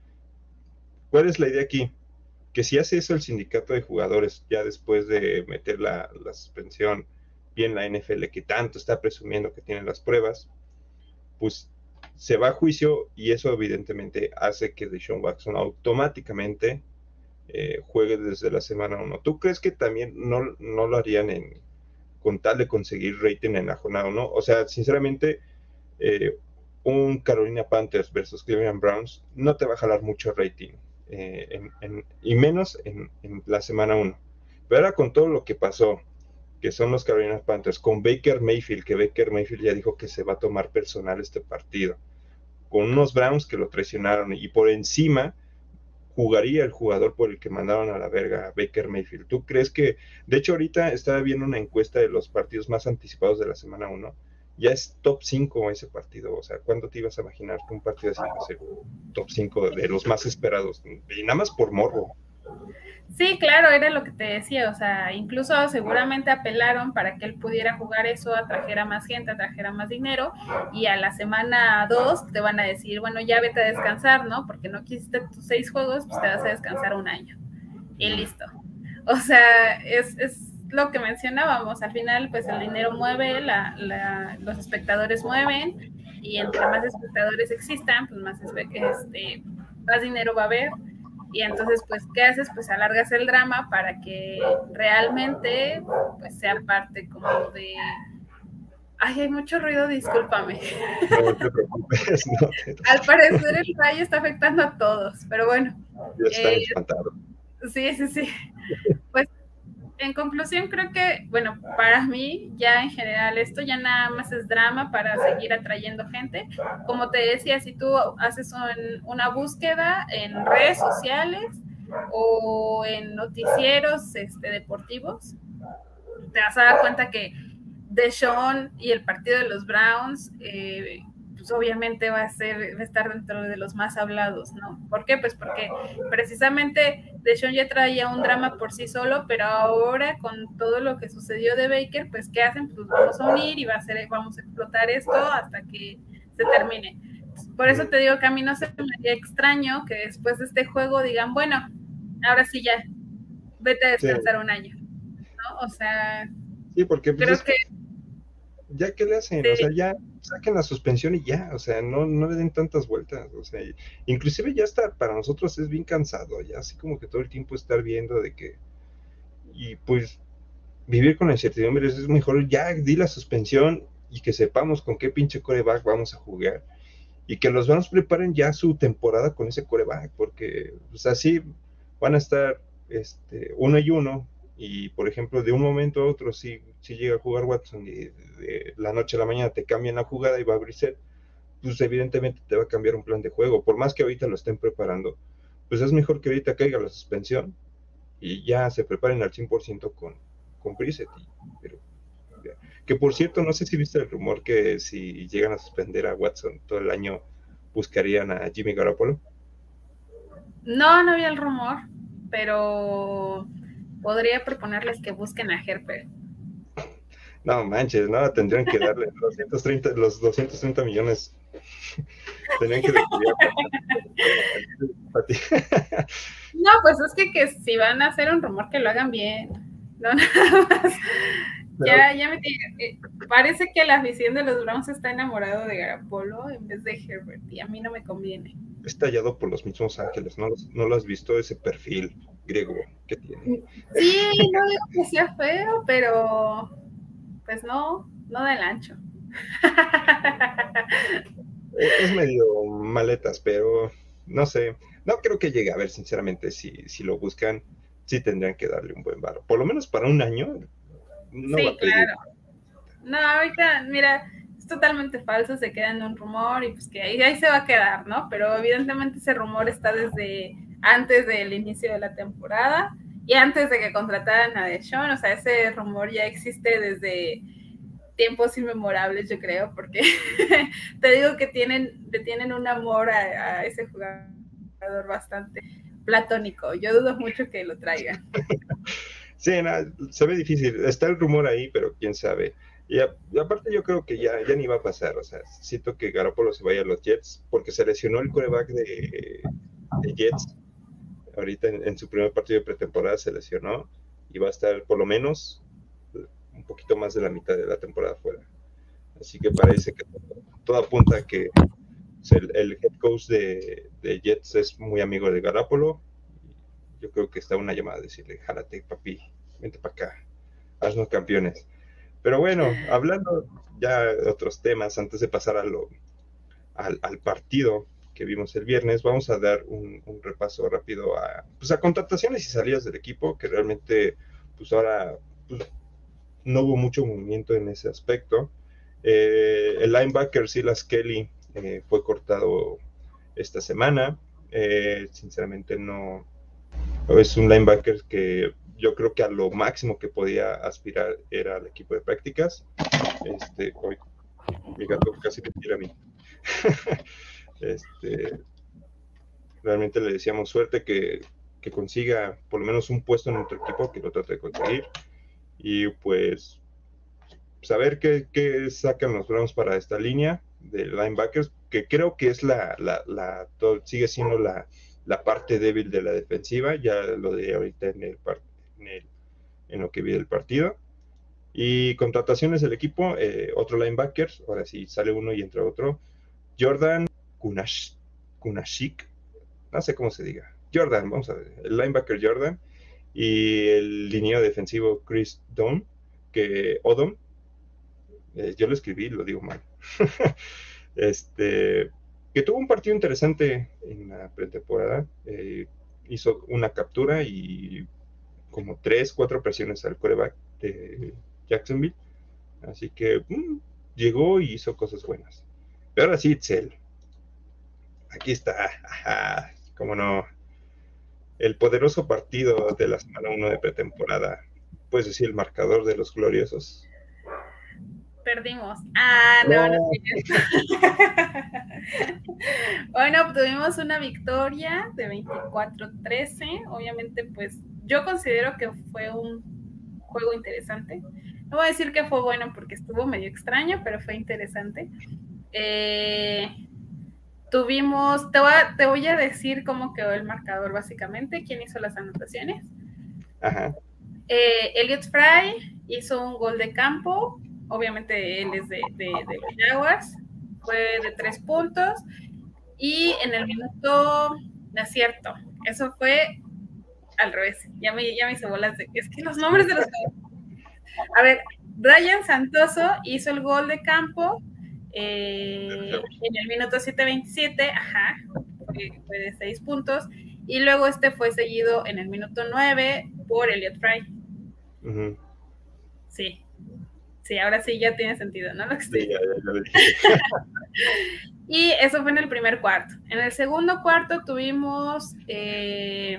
Speaker 1: ¿Cuál es la idea aquí? Que si hace eso el sindicato de jugadores ya después de meter la, la suspensión, bien la N F L que tanto está presumiendo que tiene las pruebas, pues se va a juicio y eso evidentemente hace que Deshaun Watson automáticamente eh, juegue desde la semana uno. ¿Tú crees que también no, no lo harían en, con tal de conseguir rating en la jornada uno? O sea, sinceramente, eh, un Carolina Panthers versus Cleveland Browns no te va a jalar mucho rating, eh, en, en, y menos en, en la semana uno. Pero ahora con todo lo que pasó, que son los Carolina Panthers, con Baker Mayfield, que Baker Mayfield ya dijo que se va a tomar personal este partido, con unos Browns que lo traicionaron, y por encima jugaría el jugador por el que mandaron a la verga, Baker Mayfield. ¿Tú crees que, de hecho ahorita estaba viendo una encuesta de los partidos más anticipados de la semana uno, ya es top cinco ese partido? O sea, ¿cuándo te ibas a imaginar que un partido así va a ser top cinco de, de los más esperados? Y nada más por morbo.
Speaker 2: Sí, claro, era lo que te decía, o sea, incluso seguramente apelaron para que él pudiera jugar eso, atrajera más gente, atrajera más dinero, y a la semana dos te van a decir, bueno, ya vete a descansar, ¿no? Porque no quisiste tus seis juegos, pues te vas a descansar un año. Y listo. O sea, es, es lo que mencionábamos, al final, pues el dinero mueve, la, la, los espectadores mueven, y entre más espectadores existan, pues más, este, más dinero va a haber. Y entonces, pues, ¿qué haces? Pues alargas el drama para que realmente pues sea parte como de... Ay, hay mucho ruido, discúlpame.
Speaker 1: No te preocupes, no te
Speaker 2: Al parecer el rayo está afectando a todos, pero bueno.
Speaker 1: Ya están
Speaker 2: Eh,
Speaker 1: espantados.
Speaker 2: sí, sí, sí. Pues en conclusión, creo que, bueno, para mí ya en general esto ya nada más es drama para seguir atrayendo gente. Como te decía, si tú haces un, una búsqueda en redes sociales o en noticieros este, deportivos, te vas a dar cuenta que Deshaun y el partido de los Browns, eh, pues obviamente va a, ser, va a estar dentro de los más hablados, ¿no? ¿Por qué? Pues porque precisamente Deshaun ya traía un drama por sí solo, pero ahora con todo lo que sucedió de Baker, pues ¿qué hacen? Pues vamos a unir y va a ser, vamos a explotar esto hasta que se termine. Por eso te digo que a mí no se me haría extraño que después de este juego digan, bueno, ahora sí ya, vete a descansar sí. un año, ¿no? O sea,
Speaker 1: sí, porque pues
Speaker 2: creo
Speaker 1: es
Speaker 2: que
Speaker 1: ya que le hacen,
Speaker 2: sí.
Speaker 1: O sea, ya saquen la suspensión y ya, o sea, no, no le den tantas vueltas, o sea, inclusive ya está, para nosotros es bien cansado, ya así como que todo el tiempo estar viendo de que, y pues vivir con la incertidumbre es mejor ya di la suspensión y que sepamos con qué pinche coreback vamos a jugar y que los Browns preparen ya su temporada con ese coreback, porque pues así van a estar este, uno y uno. Y por ejemplo, de un momento a otro, si, si llega a jugar Watson y de, de la noche a la mañana te cambian la jugada y va a Brissett, pues evidentemente te va a cambiar un plan de juego. Por más que ahorita lo estén preparando, pues es mejor que ahorita caiga la suspensión y ya se preparen al cien por ciento con, con Brissett. Y, pero, que por cierto, no sé si viste el rumor que si llegan a suspender a Watson todo el año, buscarían a Jimmy Garoppolo.
Speaker 2: No, no había el rumor, pero podría proponerles que busquen a Herbert.
Speaker 1: No manches, no, tendrían que darle doscientos treinta, los doscientos treinta millones. Tendrían que desviar.
Speaker 2: No, pues es que, que si van a hacer un rumor, que lo hagan bien. No, nada más. Pero, ya, ya me eh, parece que la afición de los Browns está enamorado de Garoppolo en vez de Herbert, y a mí no me conviene.
Speaker 1: Es tallado por los mismos ángeles, ¿no, no lo has visto ese perfil griego que tiene?
Speaker 2: Sí, no digo que sea feo, pero pues no, no del ancho.
Speaker 1: Es medio maletas, pero no sé, no creo que llegue. A ver, sinceramente, si, si lo buscan, sí tendrían que darle un buen varo, por lo menos para un año. No
Speaker 2: sí,
Speaker 1: va a pedir.
Speaker 2: Claro. No, ahorita, mira, es totalmente falso, se queda en un rumor y pues que ahí, ahí se va a quedar, ¿no? Pero evidentemente ese rumor está desde antes del inicio de la temporada y antes de que contrataran a Deshaun, o sea, ese rumor ya existe desde tiempos inmemorables, yo creo, porque te digo que tienen, tienen un amor a, a ese jugador bastante platónico. Yo dudo mucho que lo traigan.
Speaker 1: Sí, no, se ve difícil. Está el rumor ahí, pero quién sabe. Y, a, y aparte yo creo que ya, ya ni va a pasar. O sea, siento que Garoppolo se vaya a los Jets porque se lesionó el quarterback de, de Jets. Ahorita en, en su primer partido de pretemporada se lesionó y va a estar por lo menos un poquito más de la mitad de la temporada fuera. Así que parece que todo, todo apunta a que pues, el, el head coach de, de Jets es muy amigo de Garoppolo. Yo creo que está una llamada a decirle, jálate, papi, vente para acá, haznos campeones. Pero bueno, hablando ya de otros temas, antes de pasar a lo, al, al partido que vimos el viernes, vamos a dar un, un repaso rápido a, pues a contrataciones y salidas del equipo, que realmente, pues ahora, pues, no hubo mucho movimiento en ese aspecto. Eh, el linebacker Silas Kelly eh, fue cortado esta semana. Eh, sinceramente no, es un linebacker que yo creo que a lo máximo que podía aspirar era al equipo de prácticas. Este, hoy mi gato casi me tira a mí. este, realmente le decíamos suerte que que consiga por lo menos un puesto en nuestro equipo, que lo trate de conseguir. Y pues saber qué, qué sacan los Browns para esta línea de linebackers, que creo que es la, la, la todo, sigue siendo la, la parte débil de la defensiva, ya lo de ahorita en, el, en, el, en lo que vi del partido. Y contrataciones del equipo, eh, otro linebacker, ahora sí sale uno y entra otro, Jordan Kunash, Kunashik, no sé cómo se diga, Jordan, vamos a ver, el linebacker Jordan, y el liniero defensivo Chris Don, que Odom, eh, yo lo escribí, lo digo mal, este, que tuvo un partido interesante en la pretemporada, eh, hizo una captura y como tres, cuatro presiones al quarterback de Jacksonville, así que mmm, llegó y hizo cosas buenas. Pero ahora sí, Itzel, aquí está, ajá, cómo no, el poderoso partido de la semana uno de pretemporada, puedes decir el marcador de los gloriosos.
Speaker 2: Perdimos. Ah, no, no, no es cierto. Bueno, obtuvimos una victoria de veinticuatro trece. Obviamente, pues yo considero que fue un juego interesante. No voy a decir que fue bueno porque estuvo medio extraño, pero fue interesante. Eh, tuvimos, te voy, a, te voy a decir cómo quedó el marcador básicamente, quién hizo las anotaciones.
Speaker 1: Ajá.
Speaker 2: Eh, Elliot Fry hizo un gol de campo. Obviamente él es de, de, de los Jaguars, fue de tres puntos, y en el minuto, no es cierto, eso fue al revés, ya me, ya me hice bolas de, es que los nombres de los, a ver, Ryan Santoso hizo el gol de campo, eh, en el minuto siete veintisiete, ajá, fue, fue de seis puntos, y luego este fue seguido en el minuto nueve por Elliot Fry. Uh-huh. Sí. Sí, ahora sí ya tiene sentido, ¿no? Lo que estoy
Speaker 1: sí, ya, ya, ya lo dije.
Speaker 2: Y eso fue en el primer cuarto. En el segundo cuarto tuvimos... Eh...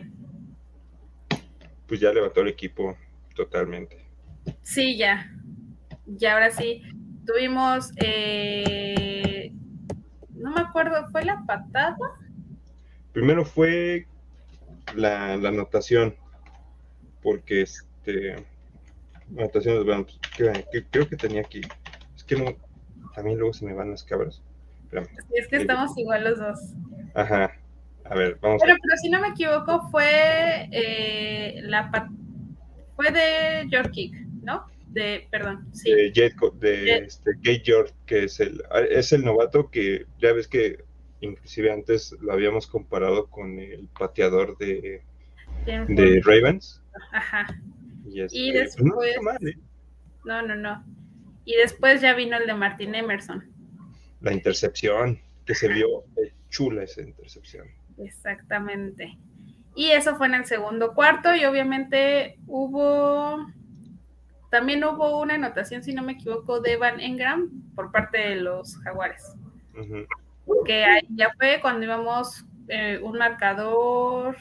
Speaker 1: Pues ya levantó el equipo totalmente.
Speaker 2: Sí, ya. Ya ahora sí. Tuvimos... Eh... No me acuerdo, ¿fue la patada?
Speaker 1: Primero fue la, la anotación, porque este... anotaciones, bueno, pues, que, que, creo que tenía aquí. Es que no, también luego se me van las cabras.
Speaker 2: Espérame. Sí, es que estamos igual los dos.
Speaker 1: Ajá. A ver, vamos.
Speaker 2: Pero,
Speaker 1: a...
Speaker 2: pero si no me equivoco, fue eh, la pat... fue de George Kick, ¿no? De, perdón, sí.
Speaker 1: De Jet, de Jet. Este, Gate George, que es el, es el novato que ya ves que inclusive antes lo habíamos comparado con el pateador de, de Ravens.
Speaker 2: Ajá.
Speaker 1: Y, este,
Speaker 2: y después...
Speaker 1: no está mal, ¿eh?
Speaker 2: No, no, no. Y después ya vino el de Martin Emerson.
Speaker 1: La intercepción, que se vio chula esa intercepción.
Speaker 2: Exactamente. Y eso fue en el segundo cuarto y obviamente hubo, también hubo una anotación, si no me equivoco, de Evan Engram por parte de los Jaguares. Uh-huh. Que ahí ya fue cuando íbamos eh, un marcador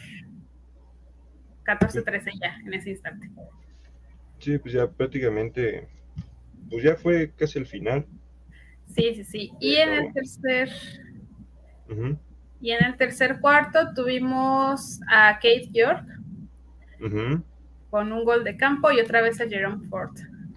Speaker 2: catorce trece ya, en ese instante.
Speaker 1: Sí, pues ya prácticamente, pues ya fue casi el final.
Speaker 2: Sí, sí, sí. Y en el tercer... Uh-huh. Y en el tercer cuarto tuvimos a Kate York uh-huh. con un gol de campo y otra vez a Jerome Ford.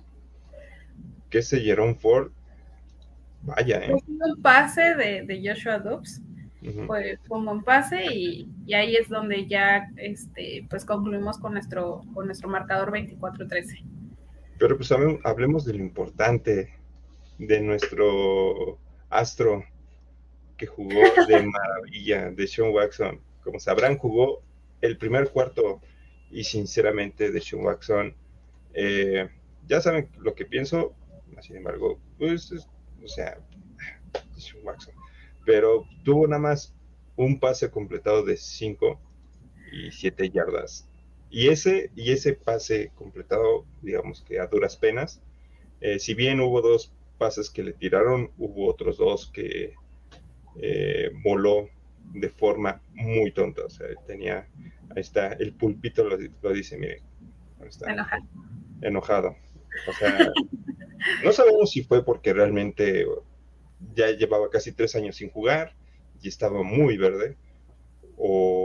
Speaker 1: Que ese Jerome Ford, vaya, ¿eh?
Speaker 2: Fue un pase de, de Joshua Dobbs, uh-huh. fue, fue un buen pase y, y ahí es donde ya este, pues concluimos con nuestro, con nuestro marcador veinticuatro trece.
Speaker 1: Pero pues hablemos de lo importante, de nuestro astro que jugó de maravilla, de Sean Watson. Como sabrán, jugó el primer cuarto y sinceramente de Sean Watson, eh, ya saben lo que pienso, sin embargo, pues, es, o sea, Sean Watson. Pero tuvo nada más un pase completado de cinco y siete yardas. Y ese, y ese pase completado, digamos que a duras penas, eh, si bien hubo dos pases que le tiraron, hubo otros dos que Eh, voló de forma muy tonta, o sea, tenía, ahí está, el pulpito lo, lo dice, miren, está
Speaker 2: enojado.
Speaker 1: enojado, o sea, no sabemos si fue porque realmente ya llevaba casi tres años sin jugar y estaba muy verde, o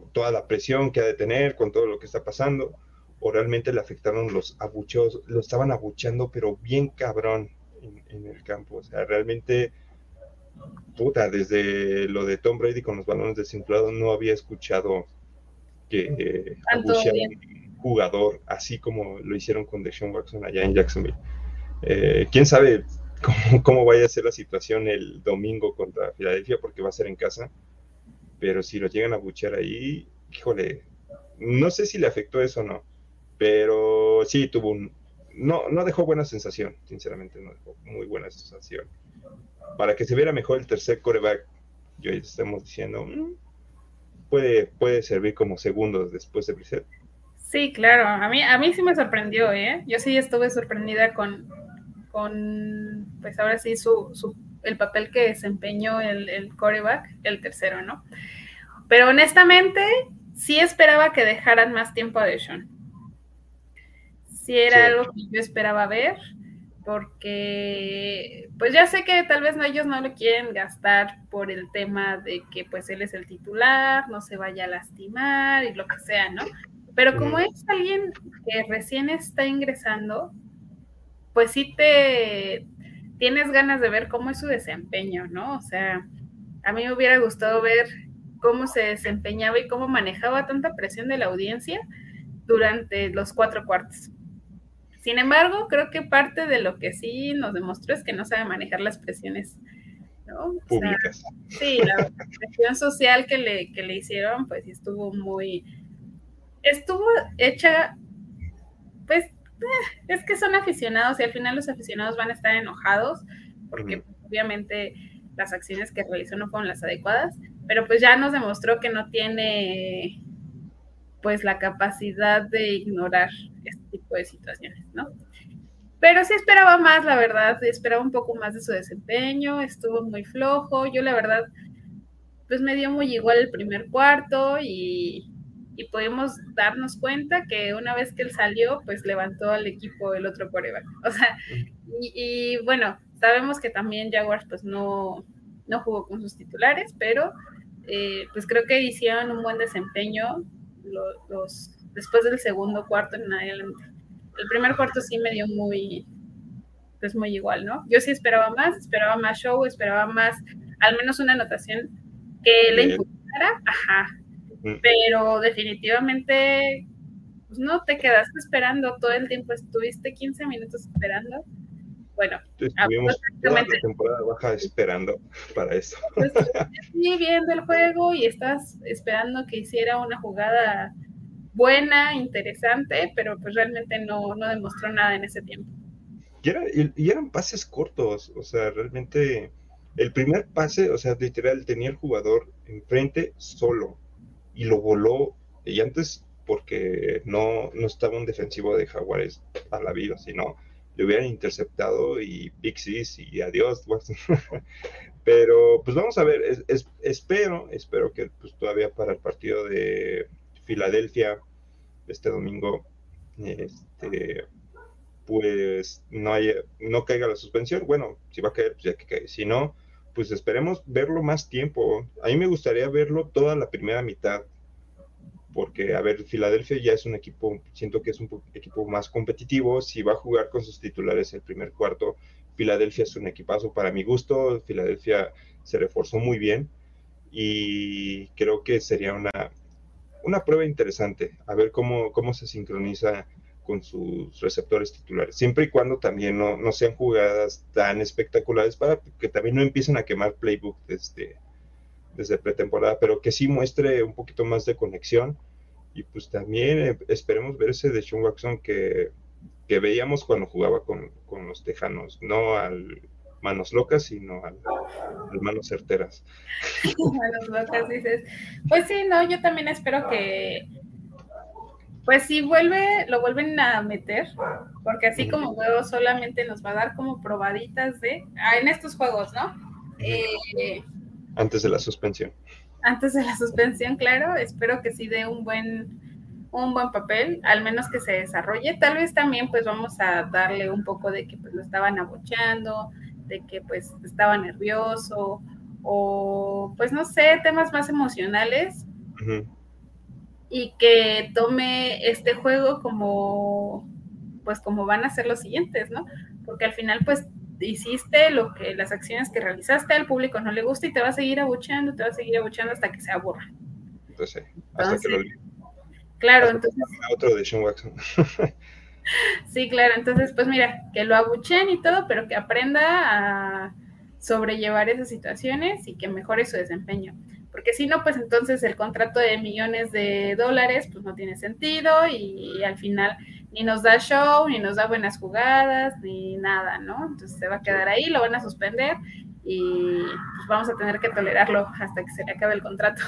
Speaker 1: toda la presión que ha de tener, con todo lo que está pasando, o realmente le afectaron los abucheos, lo estaban abucheando, pero bien cabrón en, en el campo. O sea, realmente, puta, desde lo de Tom Brady con los balones desinflados no había escuchado que eh, abuchearan a un jugador así como lo hicieron con Deshaun Watson allá en Jacksonville. Eh, quién sabe cómo, cómo vaya a ser la situación el domingo contra Filadelfia, porque va a ser en casa, pero si lo llegan a buchear ahí, híjole, no sé si le afectó eso o no, pero sí tuvo un, no, no dejó buena sensación, sinceramente no dejó muy buena sensación. Para que se viera mejor el tercer quarterback, yo estamos diciendo, mmm, puede, puede servir como segundos después de Brissett.
Speaker 2: Sí, claro, a mí, a mí sí me sorprendió, ¿eh? Yo sí estuve sorprendida con, con pues ahora sí, su, su, el papel que desempeñó el, el quarterback, el tercero, ¿no? Pero honestamente, sí esperaba que dejaran más tiempo a Deshaun. Sí era sí. algo que yo esperaba ver, porque pues ya sé que tal vez no, ellos no lo quieren gastar por el tema de que pues él es el titular, no se vaya a lastimar y lo que sea, ¿no? Pero como uh-huh. es alguien que recién está ingresando, pues sí te tienes ganas de ver cómo es su desempeño, ¿no? O sea, a mí me hubiera gustado ver cómo se desempeñaba y cómo manejaba tanta presión de la audiencia durante los cuatro cuartos. Sin embargo, creo que parte de lo que sí nos demostró es que no sabe manejar las presiones, ¿no? O
Speaker 1: públicas.
Speaker 2: Sea, sí, la presión social que le, que le hicieron, pues sí estuvo muy... Estuvo hecha, pues, eh, es que son aficionados y al final los aficionados van a estar enojados porque uh-huh. pues, obviamente las acciones que realizó no fueron las adecuadas, pero pues ya nos demostró que no tiene pues la capacidad de ignorar este tipo de situaciones, ¿no? Pero sí esperaba más, la verdad, esperaba un poco más de su desempeño, estuvo muy flojo, yo la verdad, pues me dio muy igual el primer cuarto y, y pudimos darnos cuenta que una vez que él salió, pues levantó al equipo el otro quarterback, o sea, y, y bueno, sabemos que también Jaguars pues no, no jugó con sus titulares, pero eh, pues creo que hicieron un buen desempeño los, los después del segundo cuarto en adelante. El primer cuarto sí me dio muy, pues muy igual, ¿no? Yo sí esperaba más, esperaba más show, esperaba más, al menos una anotación que le impulsara, ajá, mm. pero definitivamente, pues no, te quedaste esperando todo el tiempo, estuviste quince minutos esperando. Bueno,
Speaker 1: estuvimos toda la temporada baja esperando para eso.
Speaker 2: Pues, sí, viendo el juego y estás esperando que hiciera una jugada buena, interesante, pero pues realmente no, no demostró nada en ese tiempo.
Speaker 1: Y, era, y, y eran pases cortos, o sea, realmente el primer pase, o sea, literal, tenía el jugador enfrente solo y lo voló, y antes porque no, no estaba un defensivo de Jaguares a la vida, sino le hubieran interceptado y Big Six y adiós. Pero pues vamos a ver, es, es, espero, espero que pues, todavía para el partido de Filadelfia este domingo, este, pues no, haya, no caiga la suspensión. Bueno, si va a caer, pues ya que cae. Si no, pues esperemos verlo más tiempo. A mí me gustaría verlo toda la primera mitad, porque, a ver, Filadelfia ya es un equipo, siento que es un equipo más competitivo. Si va a jugar con sus titulares el primer cuarto, Filadelfia es un equipazo para mi gusto. Filadelfia se reforzó muy bien y creo que sería una, una prueba interesante, a ver cómo, cómo se sincroniza con sus receptores titulares, siempre y cuando también no, no sean jugadas tan espectaculares para que también no empiecen a quemar playbook desde, desde pretemporada, pero que sí muestre un poquito más de conexión. Y pues también eh, esperemos ver ese de Deshaun Watson que, que veíamos cuando jugaba con, con los Tejanos, no al manos locas, sino al, al manos certeras.
Speaker 2: Manos locas, dices. Pues sí, no, yo también espero que, pues si vuelve, lo vuelven a meter, porque así uh-huh. como juego solamente nos va a dar como probaditas de, ah, en estos juegos, ¿no? Uh-huh. Eh,
Speaker 1: antes de la suspensión.
Speaker 2: Antes de la suspensión, claro, espero que sí dé un buen, un buen papel, al menos que se desarrolle. Tal vez también pues vamos a darle un poco de que pues lo estaban abucheando, de que pues estaba nervioso, o pues no sé, temas más emocionales. Uh-huh. y que tome este juego como, pues como van a ser los siguientes, ¿no? Porque al final, pues hiciste lo que las acciones que realizaste, al público no le gusta y te va a seguir abucheando, te va a seguir abucheando hasta que se aburra.
Speaker 1: Entonces, hasta que lo
Speaker 2: Entonces, claro,
Speaker 1: hasta que
Speaker 2: entonces,
Speaker 1: otro de Sean Watson.
Speaker 2: sí, claro, entonces, pues mira, que lo abuchen y todo, pero que aprenda a sobrellevar esas situaciones y que mejore su desempeño. Porque si no, pues entonces el contrato de millones de dólares pues no tiene sentido y, y al final ni nos da show, ni nos da buenas jugadas, ni nada, ¿no? Entonces se va a quedar ahí, lo van a suspender y pues vamos a tener que tolerarlo hasta que se le acabe el contrato.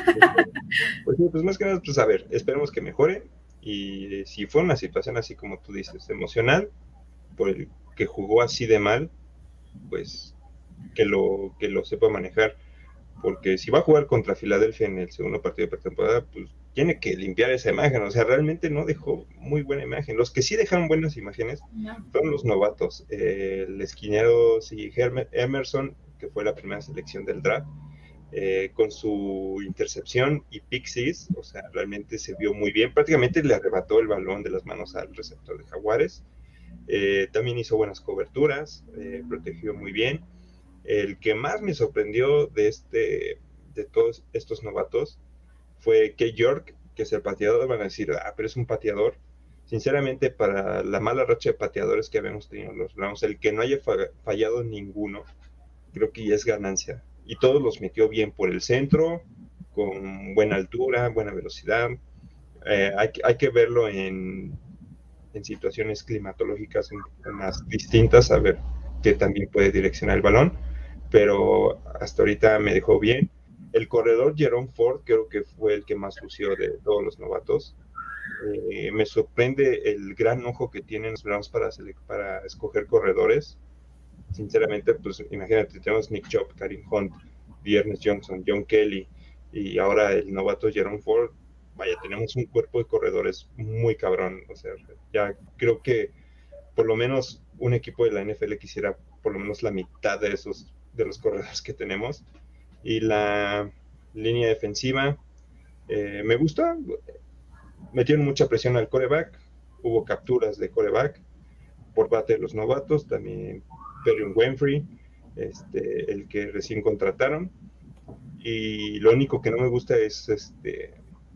Speaker 1: Pues, pues más que nada, pues a ver, esperemos que mejore. Y si fue una situación así como tú dices, emocional, por el que jugó así de mal, pues que lo, que lo sepa manejar. Porque si va a jugar contra Filadelfia en el segundo partido de pretemporada, pues tiene que limpiar esa imagen. O sea, realmente no dejó muy buena imagen. Los que sí dejaron buenas imágenes
Speaker 2: No.
Speaker 1: fueron los novatos. Eh, el esquinero sí, Emerson, que fue la primera selección del draft, eh, con su intercepción y pick six, o sea, realmente se vio muy bien. Prácticamente le arrebató el balón de las manos al receptor de Jaguares. Eh, también hizo buenas coberturas, eh, protegió muy bien. El que más me sorprendió de, este, de todos estos novatos fue que York, que es el pateador, van a decir, ah, pero es un pateador. Sinceramente, para la mala racha de pateadores que habíamos tenido los Browns, el que no haya fallado ninguno, creo que ya es ganancia. Y todos los metió bien por el centro, con buena altura, buena velocidad. Eh, hay, hay, que verlo en, en situaciones climatológicas un poco más distintas, a ver que también puede direccionar el balón, pero hasta ahorita me dejó bien. El corredor Jerome Ford creo que fue el que más lució de todos los novatos. Eh, me sorprende el gran ojo que tienen los Browns para, para escoger corredores. Sinceramente, pues imagínate, tenemos Nick Chubb, Karim Hunt, Dearness Johnson, John Kelly y ahora el novato Jerome Ford. Vaya, tenemos un cuerpo de corredores muy cabrón. O sea, ya creo que por lo menos un equipo de la N F L quisiera por lo menos la mitad de esos, de los corredores que tenemos. Y la línea defensiva, eh, me gusta, metieron mucha presión al coreback, hubo capturas de coreback por parte de los novatos, también Perry Winfrey, este, el que recién contrataron. Y lo único que no me gusta es este,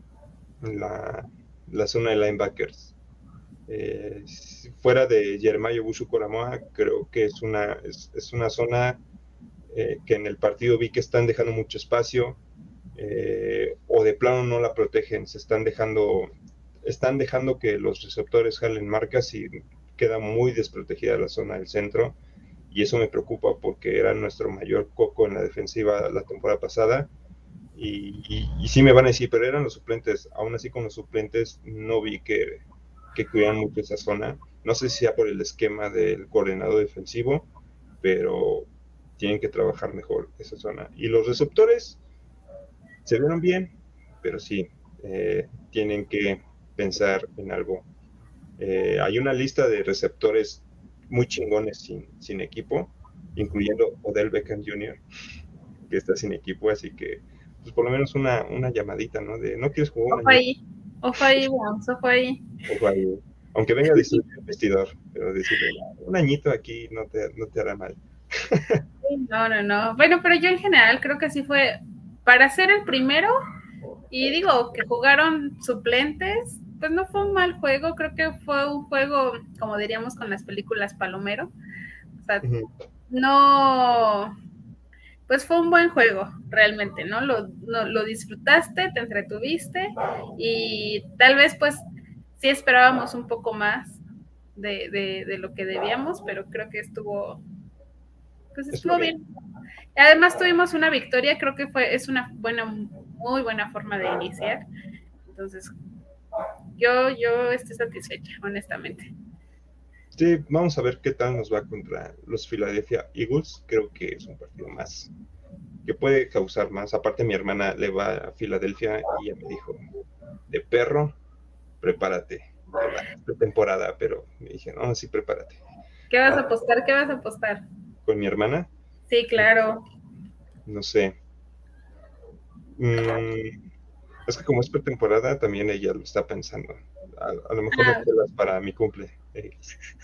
Speaker 1: la, la zona de linebackers. Eh, fuera de Jeremiah Bushu-Koramoah, creo que es una, es, es una zona eh, que en el partido vi que están dejando mucho espacio, eh, o de plano no la protegen, se están dejando, están dejando que los receptores jalen marcas y queda muy desprotegida la zona del centro, y eso me preocupa porque era nuestro mayor coco en la defensiva la temporada pasada. Y, y, y sí me van a decir, pero eran los suplentes. Aún así, con los suplentes no vi que, que cuidan mucho esa zona. No sé si sea por el esquema del coordinador defensivo, pero tienen que trabajar mejor esa zona. Y los receptores se vieron bien, pero sí, eh, tienen que pensar en algo. Eh, hay una lista de receptores muy chingones sin, sin equipo, incluyendo Odell Beckham junior, que está sin equipo, así que pues por lo menos una, una llamadita, ¿no? De, ¿no quieres jugar un
Speaker 2: Ojo
Speaker 1: añito?
Speaker 2: ahí, ojo ahí, vamos, ojo ahí.
Speaker 1: Ojo ahí, aunque venga a destruir el vestidor, pero decirle, un añito aquí no te, no te hará mal.
Speaker 2: No, no, no. Bueno, pero yo en general creo que sí fue para ser el primero, y digo que jugaron suplentes, pues no fue un mal juego, creo que fue un juego, como diríamos con las películas palomero. O sea, uh-huh. no, pues fue un buen juego, realmente, ¿no? Lo, no, lo disfrutaste, te entretuviste y tal vez pues sí esperábamos un poco más de, de, de lo que debíamos, pero creo que estuvo, pues estuvo bien. bien. Además tuvimos una victoria, creo que fue, es una buena, muy buena forma de iniciar. Entonces, yo, yo estoy satisfecha, honestamente.
Speaker 1: Sí, vamos a ver qué tal nos va contra los Philadelphia Eagles. Creo que es un partido más que puede causar más. Aparte, mi hermana le va a Filadelfia y ella me dijo, de perro, prepárate. De temporada, pero me dije, no, sí, prepárate.
Speaker 2: ¿Qué vas a apostar? ¿Qué vas a apostar?
Speaker 1: ¿Con mi hermana?
Speaker 2: Sí, claro.
Speaker 1: No sé. Mm, Es que como es pretemporada, también ella lo está pensando. A, a lo mejor me
Speaker 2: Ah,
Speaker 1: pelas para mi cumple. Eh,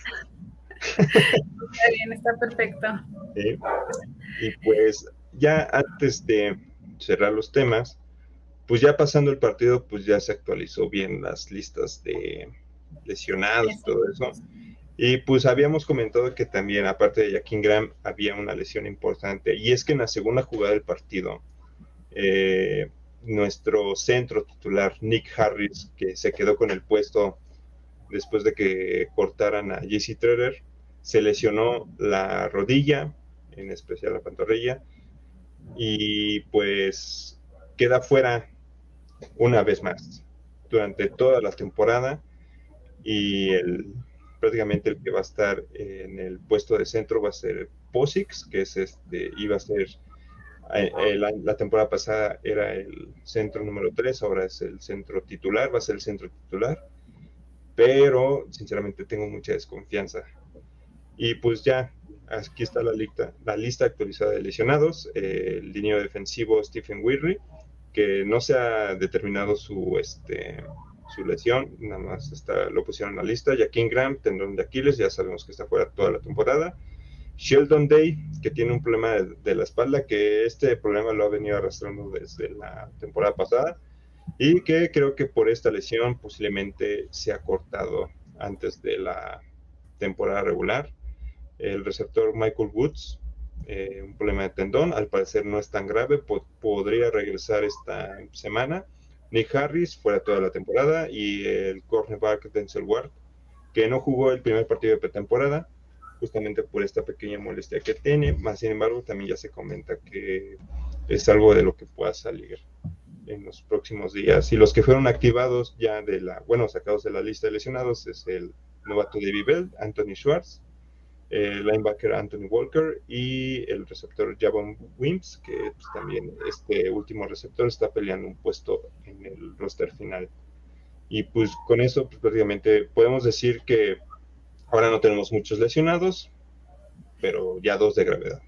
Speaker 2: está bien, está perfecto.
Speaker 1: ¿sí? Y pues ya antes de cerrar los temas, pues ya pasando el partido, pues ya se actualizó bien las listas de lesionados y todo eso. Y pues habíamos comentado que también, aparte de Jack Ingram, había una lesión importante. Y es que en la segunda jugada del partido, eh, nuestro centro titular, Nick Harris, que se quedó con el puesto después de que cortaran a J C Treader, se lesionó la rodilla, en especial la pantorrilla, y pues queda fuera una vez más durante toda la temporada y el, prácticamente el que va a estar en el puesto de centro va a ser Posix, que es este, iba a ser eh, la, la, temporada pasada era el centro número tres, ahora es el centro titular, va a ser el centro titular, pero sinceramente tengo mucha desconfianza. Y pues ya, aquí está la lista, la lista actualizada de lesionados, eh, el línea defensivo Stephen Wirry, que no se ha determinado su, este, su lesión, nada más está, lo pusieron en la lista. Jaquín Graham, tendón de Aquiles, ya sabemos que está fuera toda la temporada. Sheldon Day, que tiene un problema de, de la espalda, que este problema lo ha venido arrastrando desde la temporada pasada y que creo que por esta lesión posiblemente se ha cortado antes de la temporada regular. El receptor Michael Woods, eh, un problema de tendón, al parecer no es tan grave, po podría regresar esta semana. Nick Harris fuera toda la temporada y el cornerback Denzel Ward, que no jugó el primer partido de pretemporada, justamente por esta pequeña molestia que tiene, más sin embargo también ya se comenta que es algo de lo que pueda salir en los próximos días. Y los que fueron activados ya de la, bueno, sacados de la lista de lesionados es el novato de Bibel, Anthony Schwartz, el linebacker Anthony Walker y el receptor Javon Wims, que pues, también este último receptor está peleando un puesto en el roster final. Y pues con eso pues, prácticamente podemos decir que ahora no tenemos muchos lesionados, pero ya dos de gravedad.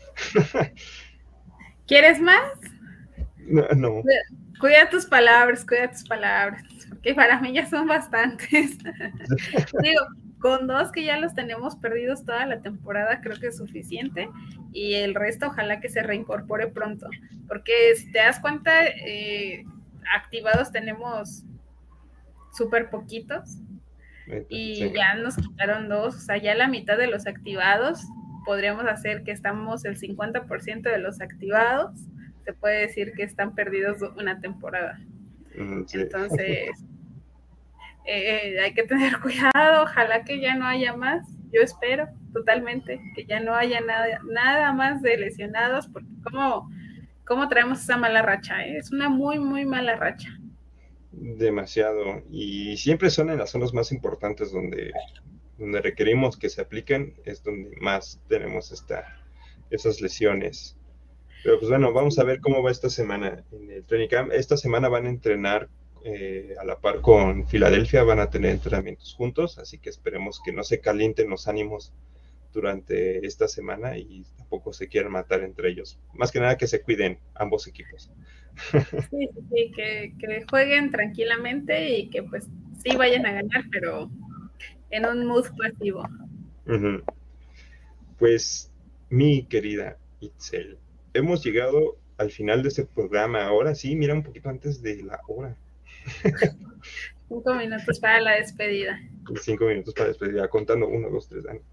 Speaker 2: ¿Quieres más?
Speaker 1: No, no.
Speaker 2: Cuida tus palabras, cuida tus palabras, porque para mí ya son bastantes. Digo, con dos que ya los tenemos perdidos toda la temporada, creo que es suficiente. Y el resto, ojalá que se reincorpore pronto. Porque si te das cuenta, eh, activados tenemos súper poquitos. Y sí. Ya nos quitaron dos. O sea, ya la mitad de los activados, podríamos hacer que estamos el cincuenta por ciento de los activados. Se puede decir que están perdidos una temporada. Sí. Entonces, eh, hay que tener cuidado, ojalá que ya no haya más, yo espero totalmente que ya no haya nada, nada más de lesionados, porque cómo, cómo traemos esa mala racha, ¿eh? Es una muy, muy mala racha.
Speaker 1: Demasiado, y siempre son en las zonas más importantes donde, donde requerimos que se apliquen, es donde más tenemos esta, esas lesiones. Pero pues bueno, vamos a ver cómo va esta semana en el training camp. Esta semana van a entrenar eh, a la par con Filadelfia, van a tener entrenamientos juntos, así que esperemos que no se calienten los ánimos durante esta semana y tampoco se quieran matar entre ellos. Más que nada que se cuiden ambos equipos.
Speaker 2: Sí, sí, que, que jueguen tranquilamente y que pues sí vayan a ganar, pero en un mood pasivo.
Speaker 1: Uh-huh. Pues mi querida Itzel, hemos llegado al final de este programa. Ahora sí, mira, un poquito antes de la hora.
Speaker 2: Cinco minutos para la despedida.
Speaker 1: Cinco minutos para despedida, contando uno, dos, tres años.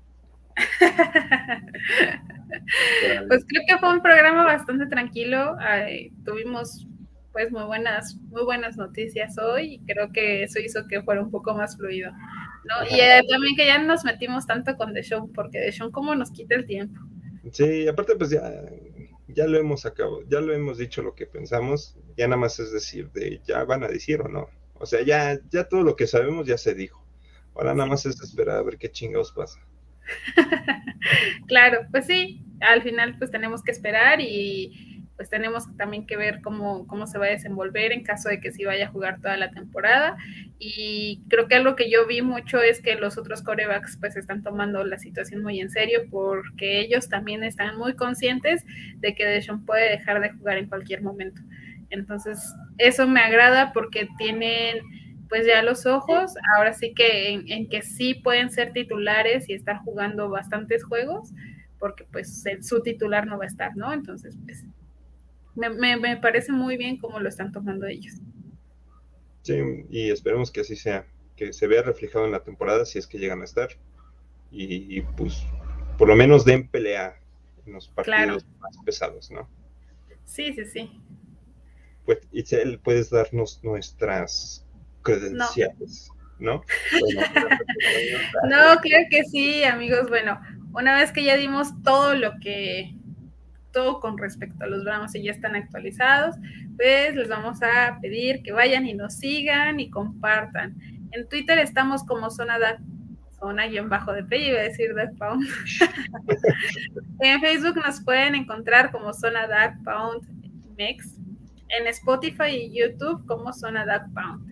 Speaker 2: Pues creo que fue un programa bastante tranquilo. Ay, tuvimos pues muy buenas, muy buenas noticias hoy y creo que eso hizo que fuera un poco más fluido, ¿no? Ajá. Y eh, también que ya no nos metimos tanto con The Show, porque The Show como nos quita el tiempo.
Speaker 1: Sí, aparte pues ya, ya lo hemos acabado, ya lo hemos dicho lo que pensamos, ya nada más es decir, de ya van a decir o no. O sea, ya, ya todo lo que sabemos ya se dijo. Ahora nada más es esperar a ver qué chingados pasa.
Speaker 2: Claro, pues sí, al final pues tenemos que esperar y pues tenemos también que ver cómo, cómo se va a desenvolver en caso de que sí vaya a jugar toda la temporada. Y creo que algo que yo vi mucho es que los otros quarterbacks pues están tomando la situación muy en serio porque ellos también están muy conscientes de que Deshaun puede dejar de jugar en cualquier momento. Entonces, eso me agrada porque tienen pues ya los ojos, ahora sí que en, en que sí pueden ser titulares y estar jugando bastantes juegos, porque pues el, su titular no va a estar, ¿no? Entonces, pues me, me, me parece muy bien cómo lo están tomando ellos.
Speaker 1: Sí, y esperemos que así sea, que se vea reflejado en la temporada si es que llegan a estar. Y, y pues por lo menos den pelea en los partidos claro. más pesados, ¿no?
Speaker 2: Sí, sí, sí.
Speaker 1: Pues, Itzel, puedes darnos nuestras credenciales, ¿no? ¿no? Bueno,
Speaker 2: no, claro que sí, amigos. Bueno, una vez que ya dimos todo lo que, todo con respecto a los Brahmas y ya están actualizados, pues les vamos a pedir que vayan y nos sigan y compartan. En Twitter estamos como Zona Duck, Zona-bajo de P, iba a decir Duck Pound. En Facebook nos pueden encontrar como Zona Duck Pound Mex. En Spotify y YouTube como Zona Duck Pound.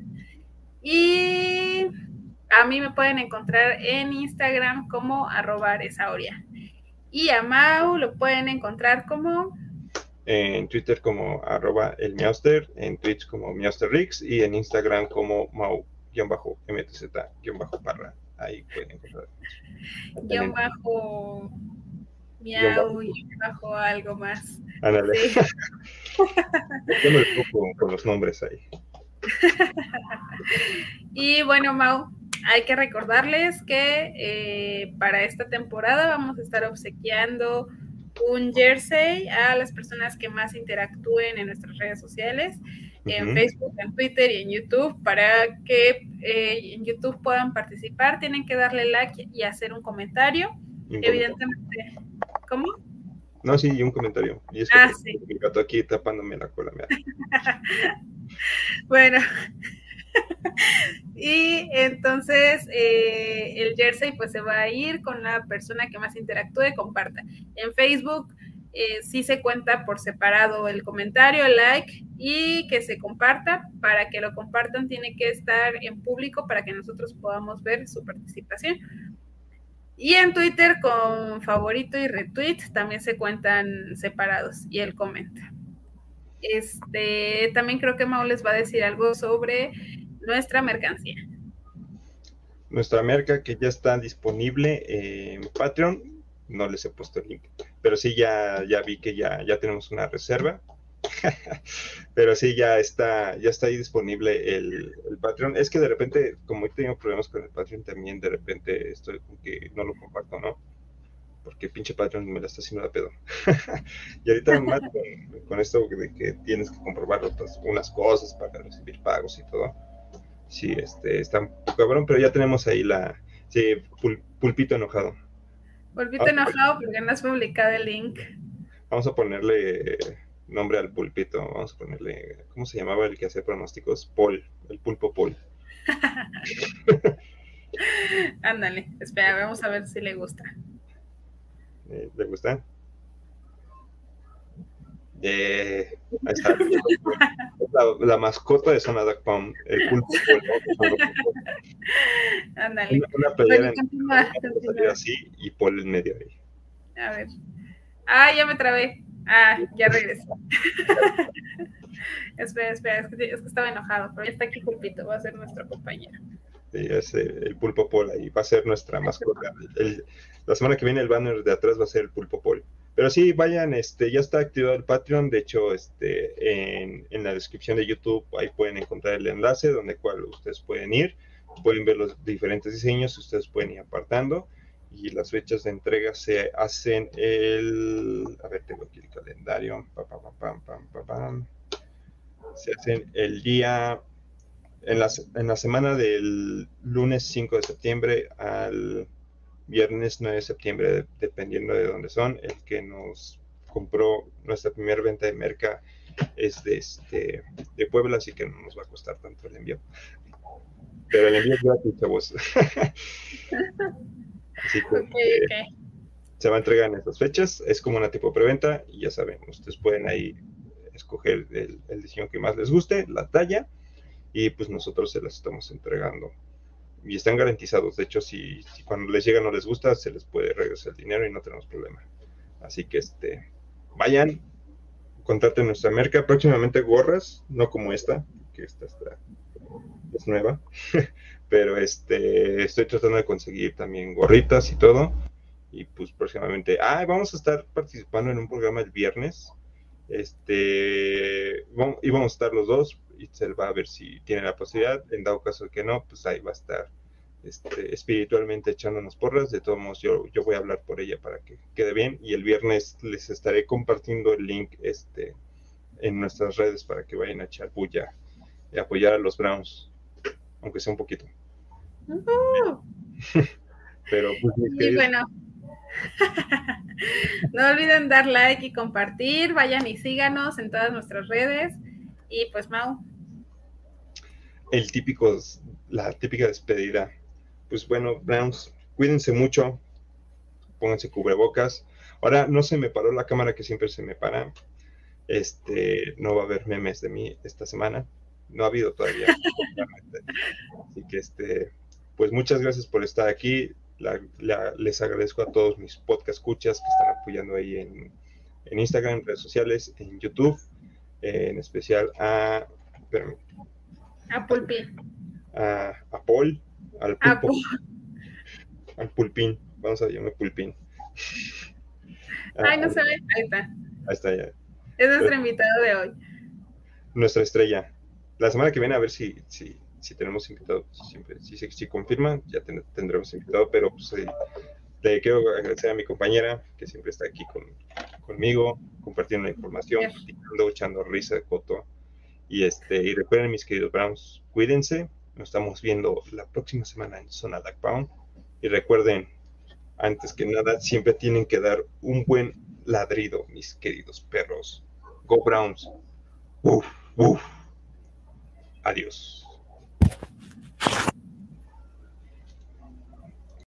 Speaker 2: Y a mí me pueden encontrar en Instagram como arroba aresauria. Y a Mau lo pueden encontrar como...
Speaker 1: En Twitter como arroba el Miauster, en Twitch como MiausterRix y en Instagram como Mau-MTZ-barra. Ahí pueden encontrar.
Speaker 2: Guión bajo... Miau, guión bajo algo más.
Speaker 1: Ándale. Sí. Yo me con, con los nombres ahí.
Speaker 2: Y bueno, Mau, hay que recordarles que eh, para esta temporada vamos a estar obsequiando un jersey a las personas que más interactúen en nuestras redes sociales, uh-huh. en Facebook, en Twitter y en YouTube. Para que eh, en YouTube puedan participar, tienen que darle like y hacer un comentario. Un Evidentemente, comentario. ¿Cómo?
Speaker 1: No, sí, un comentario. Y es que
Speaker 2: ah, sí.
Speaker 1: mi gato aquí tapándome la cola.
Speaker 2: Bueno. Y entonces eh, el jersey pues se va a ir con la persona que más interactúe, comparta. En Facebook eh, sí se cuenta por separado el comentario, el like y que se comparta. Para que lo compartan tiene que estar en público para que nosotros podamos ver su participación. Y en Twitter con favorito y retweet también se cuentan separados y él comenta. Este, también creo que Mau les va a decir algo sobre nuestra mercancía.
Speaker 1: Nuestra merca que ya está disponible en Patreon, no les he puesto el link, pero sí ya, ya vi que ya, ya tenemos una reserva, pero sí ya está, ya está ahí disponible el, el Patreon. Es que de repente, como he tenido problemas con el Patreon, también de repente estoy con que no lo comparto, ¿no? Porque pinche Patreon me la está haciendo la pedo. Y ahorita más con, con esto de que tienes que comprobar otras, unas cosas para recibir pagos y todo. Sí, este, está un poco cabrón, pero ya tenemos ahí la... Sí, pul, Pulpito enojado.
Speaker 2: Pulpito vamos enojado porque no has publicado el link.
Speaker 1: Vamos a ponerle nombre al pulpito. Vamos a ponerle... ¿Cómo se llamaba el que hacía pronósticos? Paul, el pulpo Paul.
Speaker 2: Ándale, espera, vamos a ver si le gusta.
Speaker 1: ¿Le gusta? Eh, ahí está. La, la mascota de Zona Duck Pound, el pulpo Paul.
Speaker 2: Ándale.
Speaker 1: Una, una playera en así y Paul en medio ahí.
Speaker 2: A ver. Ah, ya me trabé. Ah, ya regresé. espera, espera, es que, es que estaba enojado, pero ya está aquí Pulpito, va a ser nuestro compañero.
Speaker 1: Sí, es el, el pulpo Paul ahí, va a ser nuestra mascota. El, el, la semana que viene el banner de atrás va a ser el pulpo Paul. Pero sí, vayan, este, ya está activado el Patreon, de hecho, este, en, en la descripción de YouTube ahí pueden encontrar el enlace donde cual ustedes pueden ir, pueden ver los diferentes diseños, ustedes pueden ir apartando, y las fechas de entrega se hacen el, a ver, tengo aquí el calendario, pa, pa, pa, pam, pam, pam, pam. Se hacen el día, en la, en la semana del lunes cinco de septiembre al viernes nueve de septiembre, dependiendo de dónde son. El que nos compró nuestra primera venta de merca es de, este, de Puebla, así que no nos va a costar tanto el envío. Pero el envío es gratis, chavos. Así que
Speaker 2: okay,
Speaker 1: eh,
Speaker 2: okay.
Speaker 1: se va a entregar en estas fechas. Es como una tipo preventa y ya saben, ustedes pueden ahí escoger el, el diseño que más les guste, la talla, y pues nosotros se las estamos entregando. Y están garantizados. De hecho, si, si cuando les llega no les gusta, se les puede regresar el dinero y no tenemos problema. Así que este, vayan, contarte nuestra merca. Próximamente gorras, no como esta, que esta está, es nueva. Pero este, estoy tratando de conseguir también gorritas y todo. Y pues próximamente, ah, vamos a estar participando en un programa el viernes. Este, vamos, íbamos a estar los dos. Itzel va a ver si tiene la posibilidad. En dado caso que no, pues ahí va a estar este, espiritualmente echándonos porras. De todos modos, yo, yo voy a hablar por ella para que quede bien. Y el viernes les estaré compartiendo el link este, en nuestras redes para que vayan a echar bulla y apoyar a los Browns, aunque sea un poquito.
Speaker 2: Uh.
Speaker 1: Pero pues mis
Speaker 2: Y
Speaker 1: queridos...
Speaker 2: bueno, no olviden dar like y compartir, vayan y síganos en todas nuestras redes. Y pues Mau.
Speaker 1: El típico, la típica despedida. Pues bueno, Browns, cuídense mucho, pónganse cubrebocas. Ahora no se me paró la cámara que siempre se me para. Este, no va a haber memes de mí esta semana. No ha habido todavía. Así que este, pues muchas gracias por estar aquí. La, la, les agradezco a todos mis podcast escuchas que están apoyando ahí en, en Instagram, en redes sociales, en YouTube, eh, en especial a, espérame,
Speaker 2: a Pulpi,
Speaker 1: a, a Paul, al pulpo, al Pulpín, vamos a llamarme Pulpín.
Speaker 2: Ay, no se ve, ahí está.
Speaker 1: Ahí está ya.
Speaker 2: Es nuestro Pero, invitado de hoy.
Speaker 1: Nuestra estrella. La semana que viene a ver si, si, si tenemos invitado, siempre, si, si, si confirman, ya ten, tendremos invitado, pero pues eh, le quiero agradecer a mi compañera que siempre está aquí con, conmigo, compartiendo la información, platicando, echando risa de coto. Y, este, y recuerden, mis queridos Browns, cuídense, nos estamos viendo la próxima semana en Zona Duck Pound. Y recuerden, antes que nada, siempre tienen que dar un buen ladrido, mis queridos perros. Go Browns. Uf, uf. Adiós.